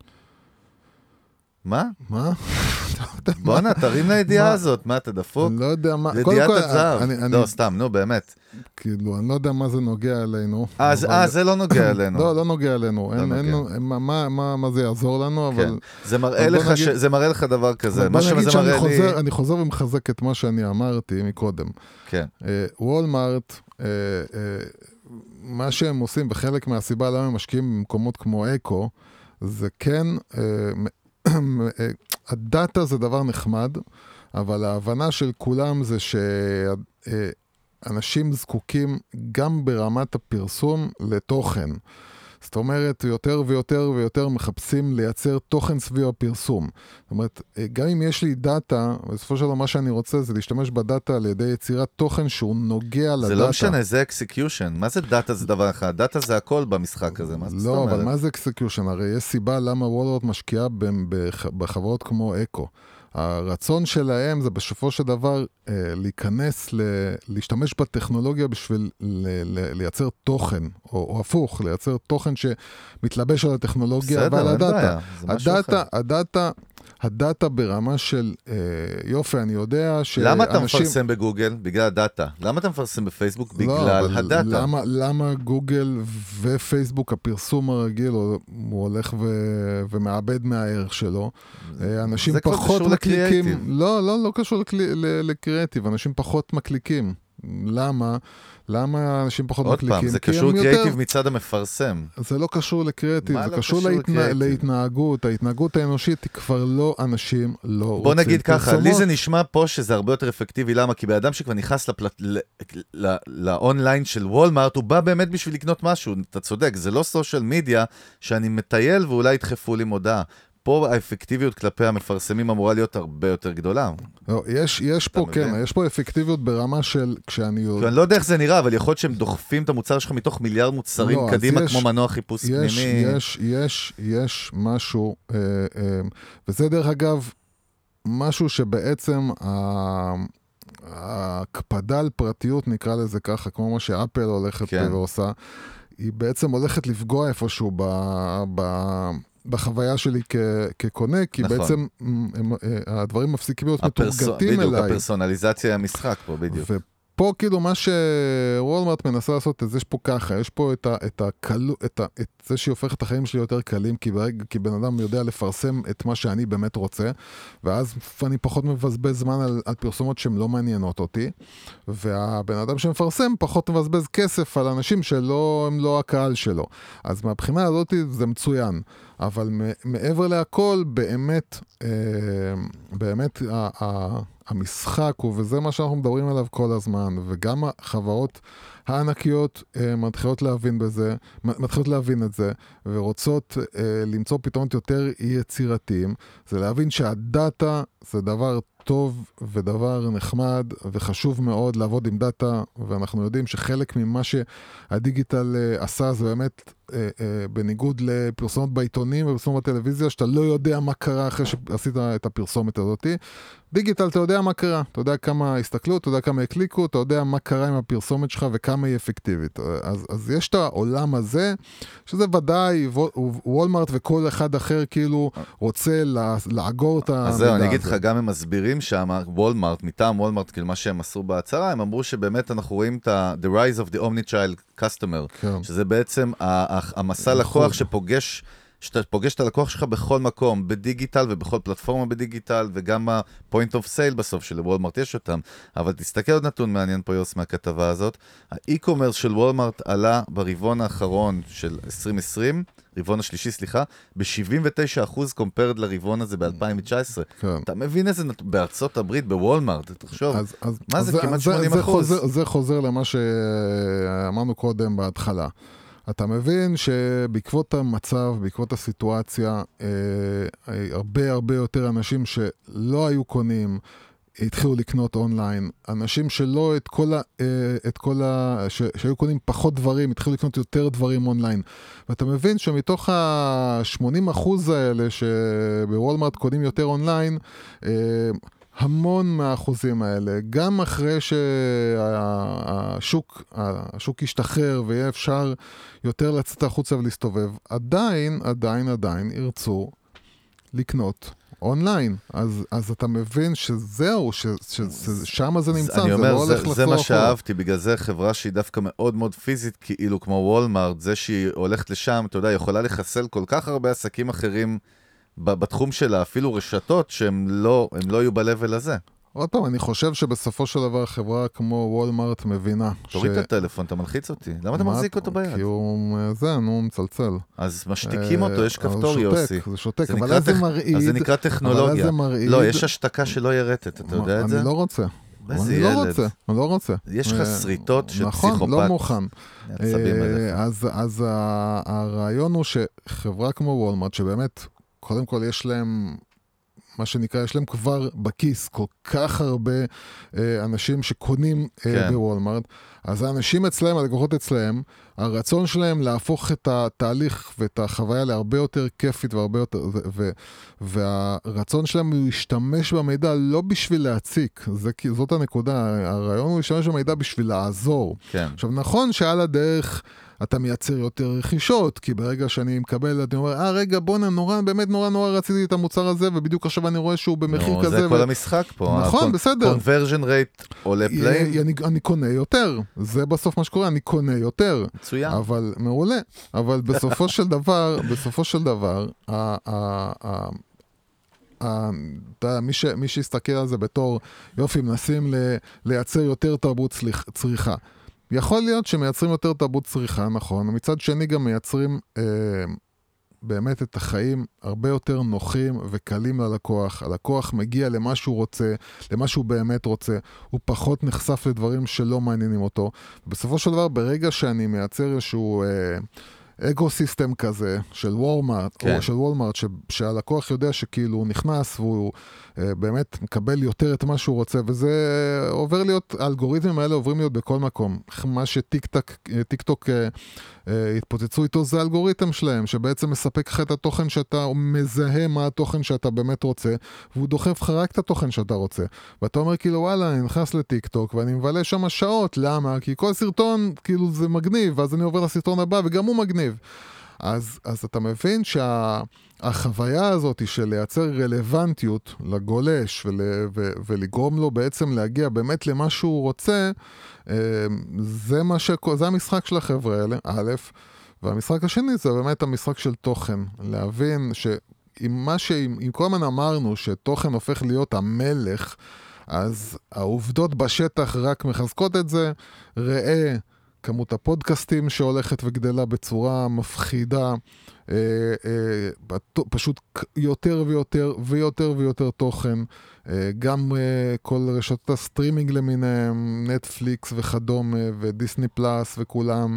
מה? מה? בוא'נה, תרים לידיעה הזאת, מה, אתה דפוק? אני לא יודע מה... ידיעת הזהב. לא, סתם, נו, באמת. כאילו, אני לא יודע מה זה נוגע אלינו. זה לא נוגע אלינו. לא נוגע אלינו. מה זה יעזור לנו, אבל... זה מראה לך דבר כזה. בוא נגיד שאני חוזר ומחזק את מה שאני אמרתי מקודם. כן. וולמארט, מה שהם עושים, וחלק מהסיבה למה הם משקיעים במקומות כמו אקו, זה כן... הדאטה זה דבר נחמד, אבל ההבנה של כולם זה שאנשים זקוקים גם ברמת הפרסום לתוכן. זאת אומרת, יותר ויותר ויותר מחפשים לייצר תוכן סביב הפרסום. זאת אומרת, גם אם יש לי דאטה, בסופו של דבר מה שאני רוצה זה להשתמש בדאטה על ידי יצירת תוכן שהוא נוגע לדאטה. זה לא משנה, זה אקסקיושן. מה זה דאטה זה דבר אחד? דאטה זה הכל במשחק הזה. לא, אבל מה זה אקסקיושן? הרי יש סיבה למה וולמארט משקיעה בחברות כמו אקו. הרצון שלהם זה בסופו של דבר להיכנס, להשתמש בטכנולוגיה בשביל לייצר תוכן, או הפוך, לייצר תוכן שמתלבש על הטכנולוגיה ועל הדאטה. הדאטה ברמה של יופי, אני יודע שאנשים... למה אתה מפרסם בגוגל? בגלל הדאטה. למה אתה מפרסם בפייסבוק? בגלל הדאטה. למה גוגל ופייסבוק, הפרסום הרגיל, הוא הולך ומאבד מהערך שלו? אנשים פחות מקליקים. לא קשור לקריאטיב. אנשים פחות מקליקים. למה אנשים פחות מקליקים? עוד פעם, זה קשור קריאטיב מצד המפרסם. זה לא קשור לקריאטיב, זה קשור להתנהגות. ההתנהגות האנושית היא כבר לא, אנשים לא רוצים. בוא נגיד ככה, לי זה נשמע פה שזה הרבה יותר אפקטיבי. למה? כי באדם שכבר נכנס לאונליין של וולמארט, הוא בא באמת בשביל לקנות משהו. אתה צודק, זה לא סושיאל מדיה שאני מטייל ואולי ידחפו לי מודעה. פה האפקטיביות כלפי המפרסמים אמורה להיות הרבה יותר גדולה. לא, יש פה, כן, יש פה אפקטיביות ברמה של כשאני... אני לא יודע איך זה נראה, אבל יכול להיות שהם דוחפים את המוצר שלך מתוך מיליארד מוצרים קדימה, כמו מנוע חיפוש פנימי. יש משהו, וזה דרך אגב, משהו שבעצם ההקפדה על פרטיות, נקרא לזה ככה, כמו מה שאפל הולכת ועושה, היא בעצם הולכת לפגוע איפשהו בחוויה שלי כקונה, כי נכון. בעצם הדברים מפסיקים להיות מתורגתים אליי. בדיוק, הפרסונליזציה המשחק פה, בדיוק. ופה כאילו מה שוולמארט מנסה לעשות, אז יש פה ככה, יש פה את זה שהופך את החיים שלי יותר קלים, כי בן אדם יודע לפרסם את מה שאני באמת רוצה, ואז אני פחות מבזבז זמן על פרסומות שהן לא מעניינות אותי, והבן אדם שמפרסם פחות מבזבז כסף על אנשים שהם לא הקהל שלו. אז מהבחינה הזאת זה מצוין. אבל מעבר להכל, באמת המשחק, וזה מה שאנחנו מדברים עליו כל הזמן, וגם החברות הענקיות מתחילות להבין את זה, ורוצות למצוא פתרונות יותר יצירתיים, זה להבין שהדאטה זה דבר טוב ודבר נחמד וחשוב מאוד לעבוד עם דאטה, ואנחנו יודעים שחלק ממה שהדיגיטל עשה זה באמת בניגוד לפרסומות בעיתונים ופרסומות בטלוויזיה, שאתה לא יודע מה קרה אחרי שעשית את הפרסומת הזאת. דיגיטל, אתה יודע מה קרה, אתה יודע כמה הסתכלו, אתה יודע כמה הקליקו, אתה יודע מה קרה עם הפרסומת שלך וכמה היא אפקטיבית. אז יש את העולם הזה, שזה ודאי, וולמארט וכל אחד אחר כאילו רוצה לאגור את המידע הזה. אז זהו, אני אגיד לך, גם הם מסבירים שם, וולמארט, מטעם וולמארט, כאילו מה שהם עשו בהצהרה, הם אמרו שבאמת אנחנו רואים את the rise of the omnichannel customer, כן. שזה בעצם המסע לקוח שאתה פוגש את הלקוח שלך בכל מקום, בדיגיטל ובכל פלטפורמה בדיגיטל, וגם ה-point of sale בסוף של וולמארט יש אותם. אבל תסתכל עוד נתון מעניין פה יוס מהכתבה הזאת. האי-קומרס של וולמארט עלה ברבעון האחרון של 2020, רבעון השלישי, סליחה, ב-79% compared לרבעון הזה ב-2019. כן. אתה מבין איזה בארצות הברית, בוולמארט, תחשוב, מה זה כמעט 80%? זה חוזר למה שאמרנו קודם בהתחלה. אתה מבין שבעקבות המצב, בעקבות הסיטואציה, הרבה יותר אנשים שלא היו קונים, התחילו לקנות אונליין. אנשים שלא שהיו קונים פחות דברים, התחילו לקנות יותר דברים אונליין. ואתה מבין שמתוך ה-80% האלה שבוולמארט קונים יותר אונליין, המון מהאחוזים האלה, גם אחרי שהשוק ישתחרר ויהיה אפשר יותר לצאת החוצה ולהסתובב, עדיין ירצו לקנות אונליין. אז אתה מבין שזהו, ששם זה נמצא, זה לא הולך לחזור. זה מה שאהבתי, בגלל זה חברה שהיא דווקא מאוד מאוד פיזית, כאילו כמו וולמארט, זה שהיא הולכת לשם, אתה יודע, יכולה לחסל כל כך הרבה עסקים אחרים בתחום שלה, אפילו רשתות שהם לא יהיו בלבל הזה. עוד פעם, אני חושב שבסופו של דבר חברה כמו וולמארט מבינה. תוריד את הטלפון, אתה מלחיץ אותי. למה אתה מחזיק אותו ביד? כי הוא מצלצל. אז משתיקים אותו, יש כפתור יוסי. זה שותק, אבל אז זה מרעיד. אז זה נקרא טכנולוגיה. לא, יש השתקה שלא ירטט, אתה יודע את זה? אני לא רוצה. איזה ילד. אני לא רוצה. יש לך שריטות של פסיכופת. נכון, לא מוכן. אז הרעיון הוא שחברה כמו וולמארט, שבאמת, קודם כל יש להם מה שנקרא, יש להם כבר בכיס כל כך הרבה אנשים שקונים בוולמארט, אז האנשים אצלהם, הלקוחות אצלהם, הרצון שלהם להפוך את התהליך ואת החוויה להרבה יותר כיפית והרבה יותר, והרצון שלהם הוא להשתמש במידע לא בשביל להציק, זאת הנקודה, הרעיון הוא להשתמש במידע בשביל לעזור. כן. עכשיו נכון שעל הדרך אתה מייצר יותר רכישות, כי ברגע שאני מקבל, אני אומר, רגע, בוא באמת נורא רציתי את המוצר הזה, ובדיוק עכשיו אני רואה שהוא במחיר כזה. זה כל המשחק פה. נכון, בסדר. conversion rate עולה פליי. אני קונה יותר. זה בסוף מה שקורה, אני קונה יותר. מצוין. אבל מעולה. אבל בסופו של דבר, מי שיסתכל על זה בתור, יופי, מנסים לייצר יותר תרבות צריכה. יכול להיות שמייצרים יותר תרבות צריכה, נכון, ומצד שני גם מייצרים באמת את החיים הרבה יותר נוחים וקלים ללקוח. הלקוח מגיע למה שהוא רוצה, למה שהוא באמת רוצה, הוא פחות נחשף לדברים שלא מעניינים אותו. בסופו של דבר, ברגע שאני מייצר איזשהו אקוסיסטם כזה של וולמארט, או של וולמארט, שהלקוח יודע שכאילו הוא נכנס והוא באמת מקבל יותר את מה שהוא רוצה, וזה עובר להיות, האלגוריתמים האלה עוברים להיות בכל מקום. מה שטיק-טוק התפוצצו איתו זה האלגוריתם שלהם, שבעצם מספק לך את התוכן שאתה מזהה מה התוכן שאתה באמת רוצה, והוא דוחף לך רק את התוכן שאתה רוצה. ואתה אומר כאילו וואלה, אני נכנס לטיק-טוק ואני מבלה שם שעות, למה? כי כל סרטון כאילו זה מגניב, ואז אני עובר לסרטון הבא וגם הוא מגניב. אז אתה מבין שהחוויה הזאת של לייצר רלוונטיות לגולש ולגרום לו בעצם להגיע באמת למה שהוא רוצה, זה המשחק של החבר'ה האלה, א', והמשחק השני זה באמת המשחק של תוכן, להבין אם כל הזמן אמרנו שתוכן הופך להיות המלך, אז העובדות בשטח רק מחזקות את זה. ראה כמות הפודקאסטים שהולכת וגדלה בצורה מפחידה, פשוט יותר ויותר תוכן, גם כל רשתות הסטרימינג למיניהם, נטפליקס וכדומה, ודיסני פלאס וכולם.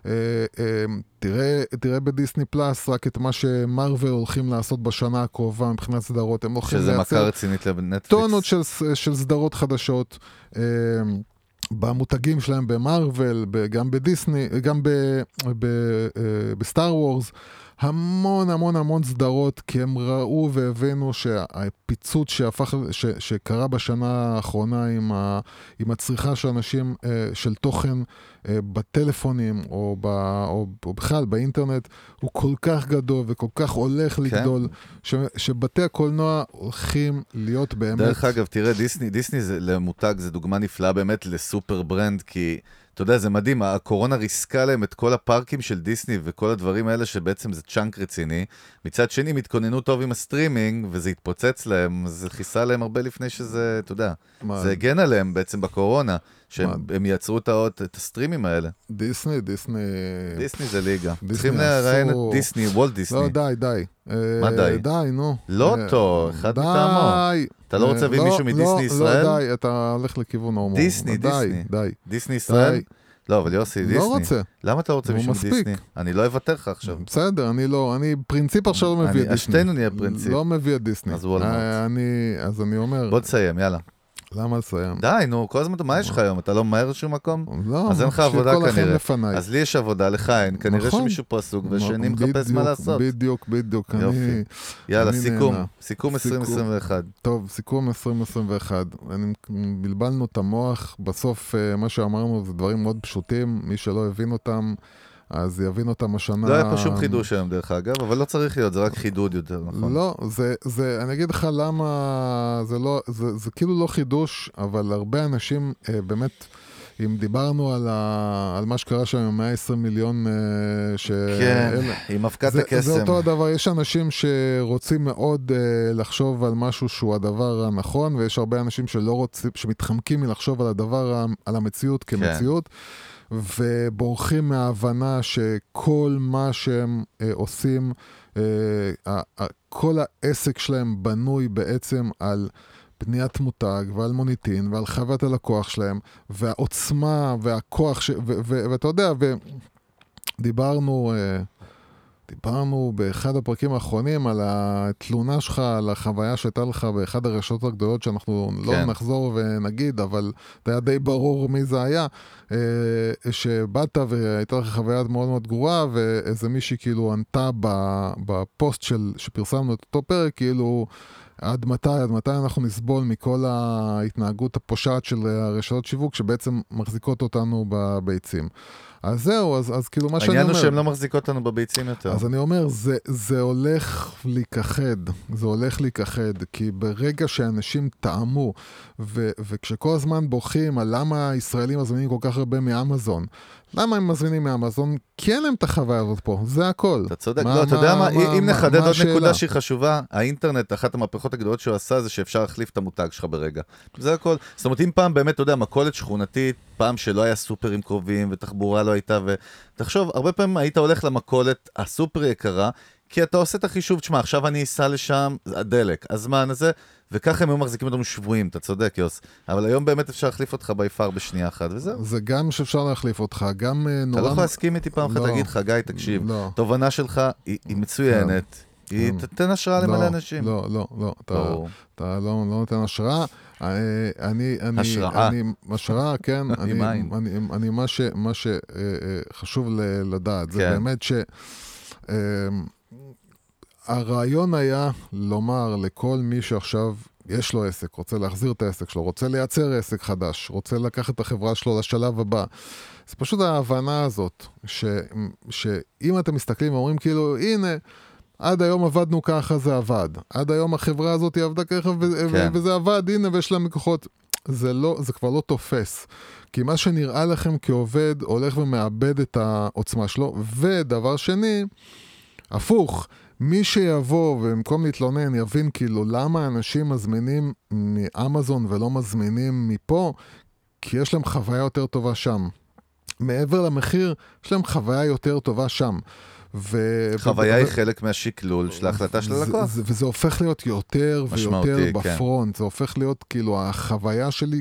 תראה בדיסני פלאס רק את מה שמרוול הולכים לעשות בשנה הקרובה מבחינת סדרות. הם הולכים לייצר טונות של סדרות חדשות, במותגים שלהם במרוול, גם בדיסני, גם בסטאר וורס, המון סדרות, כי הם ראו והבינו שהפיצוץ שקרה בשנה האחרונה עם הצריכה של אנשים של תוכן בטלפונים או בכלל באינטרנט, הוא כל כך גדול וכל כך הולך לגדול, שבתי הקולנוע הולכים להיות באמת... דרך אגב, תראה, דיסני למותג זה דוגמה נפלאה באמת לסופר ברנד, כי אתה יודע, זה מדהים, הקורונה ריסקה להם את כל הפארקים של דיסני וכל הדברים האלה שבעצם זה צ'אנק רציני. מצד שני, הם התכוננו טוב עם הסטרימינג, וזה התפוצץ להם, זה חיסה להם הרבה לפני שזה, אתה יודע, זה הגן עליהם בעצם בקורונה, שהם יצרו את הסטרימים האלה. דיסני זה ליגה. צריכים לראיין את דיסני, וולט דיסני. לא, די. מה די? די, נו. לא טוב, אחד מטעמו. אתה לא רוצה להביא מישהו מדיסני ישראל? לא, די, אתה הולך לכיוון ההומור. דיסני ישראל? לא, אבל יוסי, דיסני. לא רוצה. למה אתה רוצה מישהו מדיסני? אני לא אוותר לך עכשיו. בסדר, אני פרינציפ עכשיו לא מביא את דיסני. השתינו נהיה פרינציפ. לא מביא את דיסני. אז וולמארט. אז אני אומר... בוא תסיים, יאללה. למה לסיים? די, נו, כל הזמן, מה יש לך היום? אתה לא מהר לשום מקום? לא, אז אין לך עבודה שכל החיים כנראה. לפניי. אז לי יש עבודה, לך אין. כנראה נכון. שמישהו פה עסוק, ושני מחפש מה לעשות. בדיוק. יופי. יאללה, אני סיכום. נהנה. סיכום 2021. טוב, סיכום 2021. בלבלנו את המוח. בסוף, מה שאמרנו זה דברים מאוד פשוטים. מי שלא הבין אותם, אז יבין אותם השנה. לא היה פה שום חידוש היום דרך אגב, אבל לא צריך להיות, זה רק חידוד יותר, נכון? לא, אני אגיד לך למה, זה כאילו לא חידוש, אבל הרבה אנשים באמת, אם דיברנו על מה שקרה שם עם 120 מיליון כן, עם הפקת הקסם. זה אותו הדבר, יש אנשים שרוצים מאוד לחשוב על משהו שהוא הדבר הנכון, ויש הרבה אנשים שלא רוצים, שמתחמקים מלחשוב על הדבר, על המציאות כמציאות. ובורחים מההבנה שכל מה שהם עושים, כל העסק שלהם בנוי בעצם על בניית מותג ועל מוניטין ועל חוות הלקוח שלהם והעוצמה והכוח ואתה יודע, דיברנו באחד הפרקים האחרונים על התלונה שלך, על החוויה שהייתה לך באחד הרשתות הגדולות שאנחנו לא נחזור ונגיד, אבל זה היה די ברור מי זה היה, שבאת והייתה לך חוויה מאוד מאוד גרועה, ואיזה מישהי כאילו ענתה בפוסט שפרסמנו את אותו פרק, כאילו עד מתי אנחנו נסבול מכל ההתנהגות הפושעת של הרשתות שיווק, שבעצם מחזיקות אותנו בביצים. אז זהו, אז כאילו מה שאני אומר... העניין הוא שהן לא מחזיקות אותנו בביצים יותר. אז אני אומר, זה הולך להיכחד, כי ברגע שאנשים טעמו, וכשכל הזמן בוכים על למה הישראלים מזמינים כל כך הרבה מאמזון, למה הם מזמינים מאמזון? כי אין להם את החוויה הזאת פה, זה הכל. אתה צודק, לא, אתה יודע מה, אם נחדד עוד נקודה שהיא חשובה, האינטרנט, אחת המהפכות הגדולות שהוא עשה, זה שאפשר להחליף את המותג שלך ברגע. זה הכל. זאת אומרת, אם פעם באמת, אתה יודע, מכולת שכונתית, פעם שלא היה סופרים קרובים, ותחבורה לא הייתה, ותחשוב, הרבה פעמים היית הולך למכולת הסופר יקרה, כי אתה עושה את החישוב, תשמע, עכשיו אני אסע לשם, הדלק, הזמן הזה, וככה הם היו מחזיקים אותנו שבועים, אתה צודק, יוס. אבל היום באמת אפשר להחליף אותך ביפר בשנייה אחת, וזהו. זה גם שאפשר להחליף אותך, גם אתה לא יכול להסכים איתי פעם אחת, תגיד לך, גיא, תקשיב, תובנה שלך היא מצוינת, היא תתן השראה למלא אנשים. לא, אתה לא נותן השראה. השראה, כן. מה שחשוב לדעת, זה באמת הרעיון היה לומר לכל מי שעכשיו יש לו עסק, רוצה להחזיר את העסק שלו, רוצה לייצר עסק חדש, רוצה לקחת את החברה שלו לשלב הבא. זה פשוט ההבנה הזאת, שאם אתם מסתכלים ואומרים כאילו, הנה, עד היום עבדנו ככה, זה עבד. עד היום החברה הזאת עבדה ככה וזה עבד, הנה, ויש לה מקוחות. זה כבר לא תופס. כי מה שנראה לכם כעובד הולך ומאבד את העוצמה שלו. ודבר שני, הפוך, מי שיבוא ובמקום להתלונן יבין כאילו למה אנשים מזמינים מאמזון ולא מזמינים מפה, כי יש להם חוויה יותר טובה שם. מעבר למחיר, יש להם חוויה יותר טובה שם. חוויה היא חלק מהשקלול של ההחלטה של הלקוח. וזה הופך להיות יותר ויותר בפרונט. זה הופך להיות כאילו החוויה שלי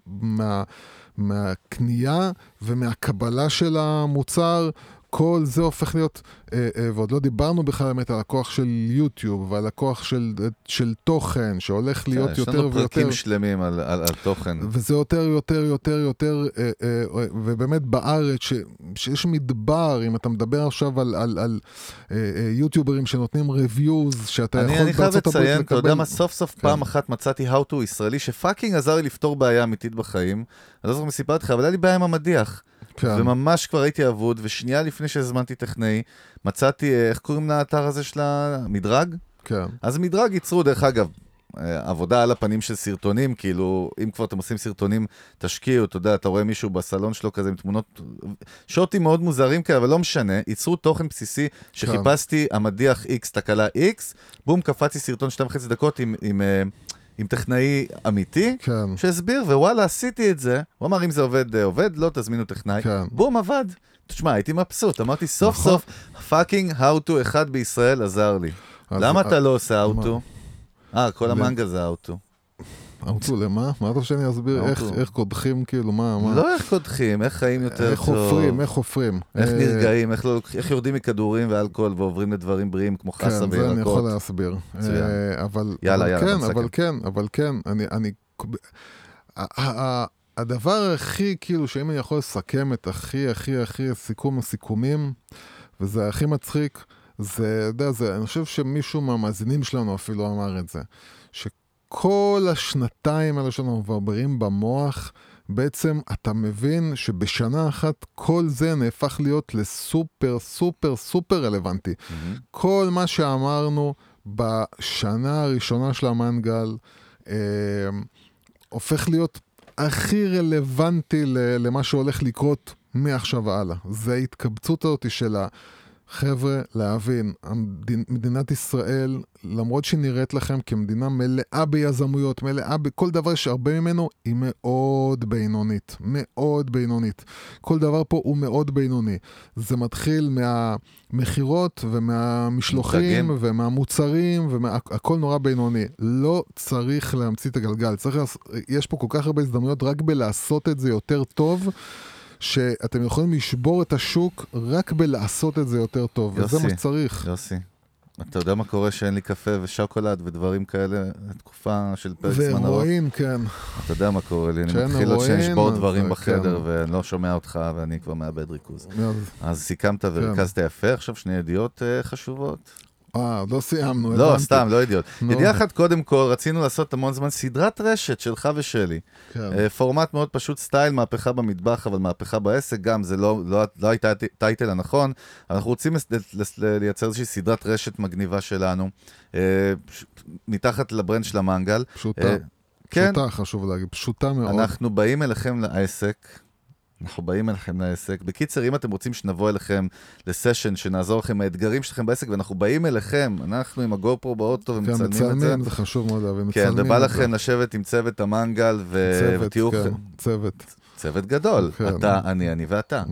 מהקנייה ומהקבלה של המוצר, כל זה הופך להיות, ועוד לא דיברנו בכלל באמת על הכוח של יוטיוב, ועל הכוח של תוכן, שהולך להיות יותר ויותר. יש לנו פרקים שלמים על תוכן. וזה יותר, ובאמת בארץ, שיש מדבר, אם אתה מדבר עכשיו על יוטיוברים שנותנים ריוויוז, שאתה יכול אני חייב לציין, אתה יודע מה, סוף סוף פעם אחת מצאתי how to ישראלי, שפאקינג עזר לי לפתור בעיה אמיתית בחיים. אני לא זוכר מסיפרתי לך, אבל היה לי בעיה עם המדיח. וממש כבר הייתי עבוד, ושנייה לפני שהזמנתי טכנאי, מצאתי, איך קוראים לאתר הזה של המדרג? כן. אז מדרג ייצרו, דרך אגב, עבודה על הפנים של סרטונים, כאילו, אם כבר אתם עושים סרטונים, תשקיעו, אתה יודע, אתה רואה מישהו בסלון שלו כזה עם תמונות, שוטים מאוד מוזרים כאלה, אבל לא משנה, ייצרו תוכן בסיסי שחיפשתי, המדיח X, תקלה X, בום, קפצתי סרטון 2.5 דקות עם טכנאי אמיתי, כן. שהסביר, ווואלה, עשיתי את זה. הוא אמר, אם זה עובד, לא תזמינו טכנאי. כן. בום, עבד. תשמע, הייתי מבסוט. אמרתי, סוף סוף, פאקינג how to אחד בישראל עזר לי. למה אתה לא עושה how to? כל המנגה זה how to. how to למה? מה אתה רוצה שאני אסביר? איך קודחים, כאילו, מה? לא איך קודחים, איך חיים יותר טוב. איך חופרים. איך נרגעים, איך יורדים מכדורים ואלכוהול ועוברים לדברים בריאים כמו חסה וירקות. כן, זה אני יכול להסביר. יאללה, אבל כן, הדבר הכי, כאילו, שאם אני יכול לסכם את הכי הסיכומים, וזה הכי מצחיק, זה, אני חושב שמישהו מהמאזינים שלנו אפילו אמר את זה, שכל השנתיים האלה שלנו מברברים במוח, בעצם אתה מבין שבשנה אחת כל זה נהפך להיות לסופר, סופר, סופר רלוונטי. כל מה שאמרנו בשנה הראשונה של המנגל, הופך להיות הכי רלוונטי למה שהולך לקרות מעכשיו והלאה. זה ההתקבצות הזאת של חבר'ה, להבין, מדינת ישראל, למרות שהיא נראית לכם כמדינה מלאה ביזמויות, מלאה בכל דבר שהרבה ממנו, היא מאוד בינונית, מאוד בינונית. כל דבר פה הוא מאוד בינוני. זה מתחיל מהמחירות ומהמשלוחים ומהמוצרים, הכל נורא בינוני. לא צריך להמציא את הגלגל. יש פה כל כך הרבה הזדמנויות רק בלעשות את זה יותר טוב, שאתם יכולים לשבור את השוק רק בלעשות את זה יותר טוב, וזה מה שצריך. יוסי, אתה יודע מה קורה שאין לי קפה ושוקולד ודברים כאלה, תקופה של פרק זמן ארוך? והרואין, כן. אתה יודע מה קורה לי, אני מתחיל עוד שנשבור דברים בחדר, ואני לא שומע אותך, ואני כבר מאבד ריכוז. אז סיכמת ורכזת יפה, עכשיו שני ידיעות חשובות. לא סיימנו. לא, סתם, לא ידיעות. ידיעה אחת, קודם כל, רצינו לעשות המון זמן סדרת רשת שלך ושלי. פורמט מאוד פשוט, סטייל, מהפכה במטבח, אבל מהפכה בעסק, גם זה לא הייתה טייטל הנכון. אנחנו רוצים לייצר איזושהי סדרת רשת מגניבה שלנו, מתחת לברנד של המנגל. פשוטה, חשוב להגיד, פשוטה מאוד. אנחנו באים אליכם לעסק. בקיצר, אם אתם רוצים שנבוא אליכם לסשן, שנעזור לכם מהאתגרים שלכם בעסק, ואנחנו באים אליכם, אנחנו עם הגופרו באוטו ומצלמים את זה. זה חשוב מאוד להבין. כן, ובא לכם לשבת עם צוות המנגל, צוות גדול. אתה, אני ואתה.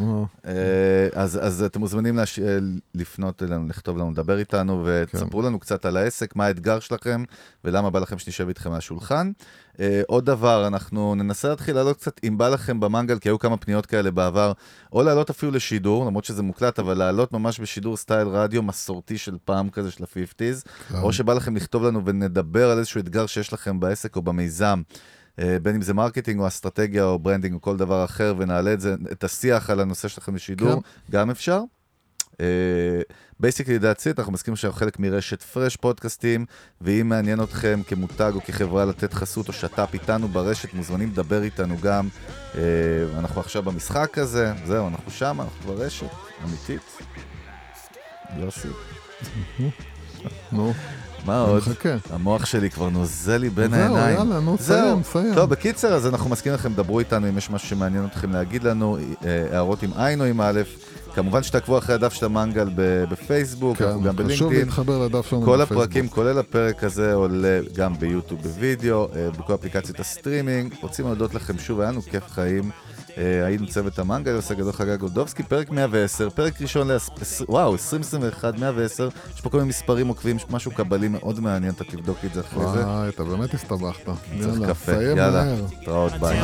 אז אתם מוזמנים לפנות אלינו, לכתוב לנו, לדבר איתנו, ותספרו לנו קצת על העסק, מה האתגר שלכם, ולמה בא לכם שנשב איתכם מהשולחן. עוד דבר, אנחנו ננסה להתחיל לעלות קצת, אם בא לכם במנגל, כי היו כמה פניות כאלה בעבר, או לעלות אפילו לשידור, למרות שזה מוקלט, אבל לעלות ממש בשידור סטייל רדיו מסורתי של פעם כזה, של ה-50s, או שבא לכם לכתוב לנו ונדבר על איזשהו אתגר שיש לכם בעסק או במיזם, בין אם זה מרקטינג או אסטרטגיה או ברנדינג או כל דבר אחר, ונעלה את השיח על הנושא שלכם לשידור, גם אפשר. Basically that's it, אנחנו מסכימים שאנחנו חלק מרשת פרש פודקאסטים, ואם מעניין אתכם כמותג או כחברה לתת חסות או שטאפ איתנו ברשת, מוזמנים לדבר איתנו גם. אנחנו עכשיו במשחק הזה, זהו, אנחנו שם, אנחנו ברשת, אמיתית. יוסי. נו. מה עוד? המוח שלי כבר נוזל לי בין העיניים. זהו, יאללה, נו, סיים. טוב, בקיצר, אז אנחנו מסכים לכם, דברו איתנו אם יש משהו שמעניין אתכם להגיד לנו, הערות עם עין או עם א', כמובן שתעקבו אחרי הדף של המנגל בפייסבוק, אנחנו גם בלינקדאין. חשוב להתחבר לדף שלנו כל הפרקים, כולל הפרק הזה, עולה גם ביוטיוב בווידאו, בכל אפליקציות הסטרימינג. רוצים להודות לכם שוב, היה לנו כיף חיים. היינו צוות המנגל, יוסי גדול חגג גולדובסקי, פרק 110, פרק ראשון, וואו, 2021, 110, יש פה כל מיני מספרים עוקבים, יש משהו קבלי מאוד מעניין, אתה תבדוק את זה אחרי זה. וואי, אתה באמת הסתבכת. צריך קפה, יאללה, תראות, ביי.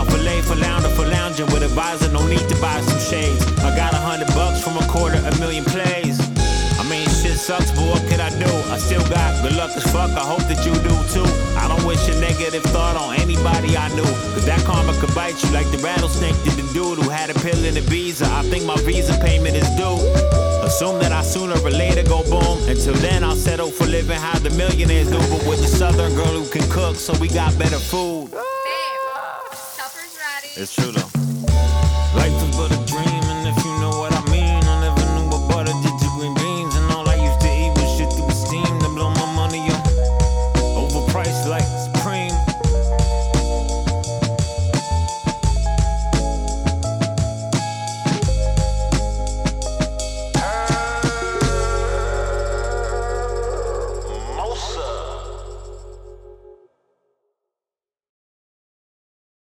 I mean, shit sucks, but what could I do? I still got good luck as fuck, I hope that you do too. I don't wish a negative thought on anybody I knew, cause that karma could bite you like the rattlesnake did the dude who had a pill in the visa. I think my visa payment is due. Assume that I sooner or later go boom. Until then, I'll settle for living how the millionaires do, but with the southern girl who can cook, so we got better food. Babe, supper's ready. It's true though.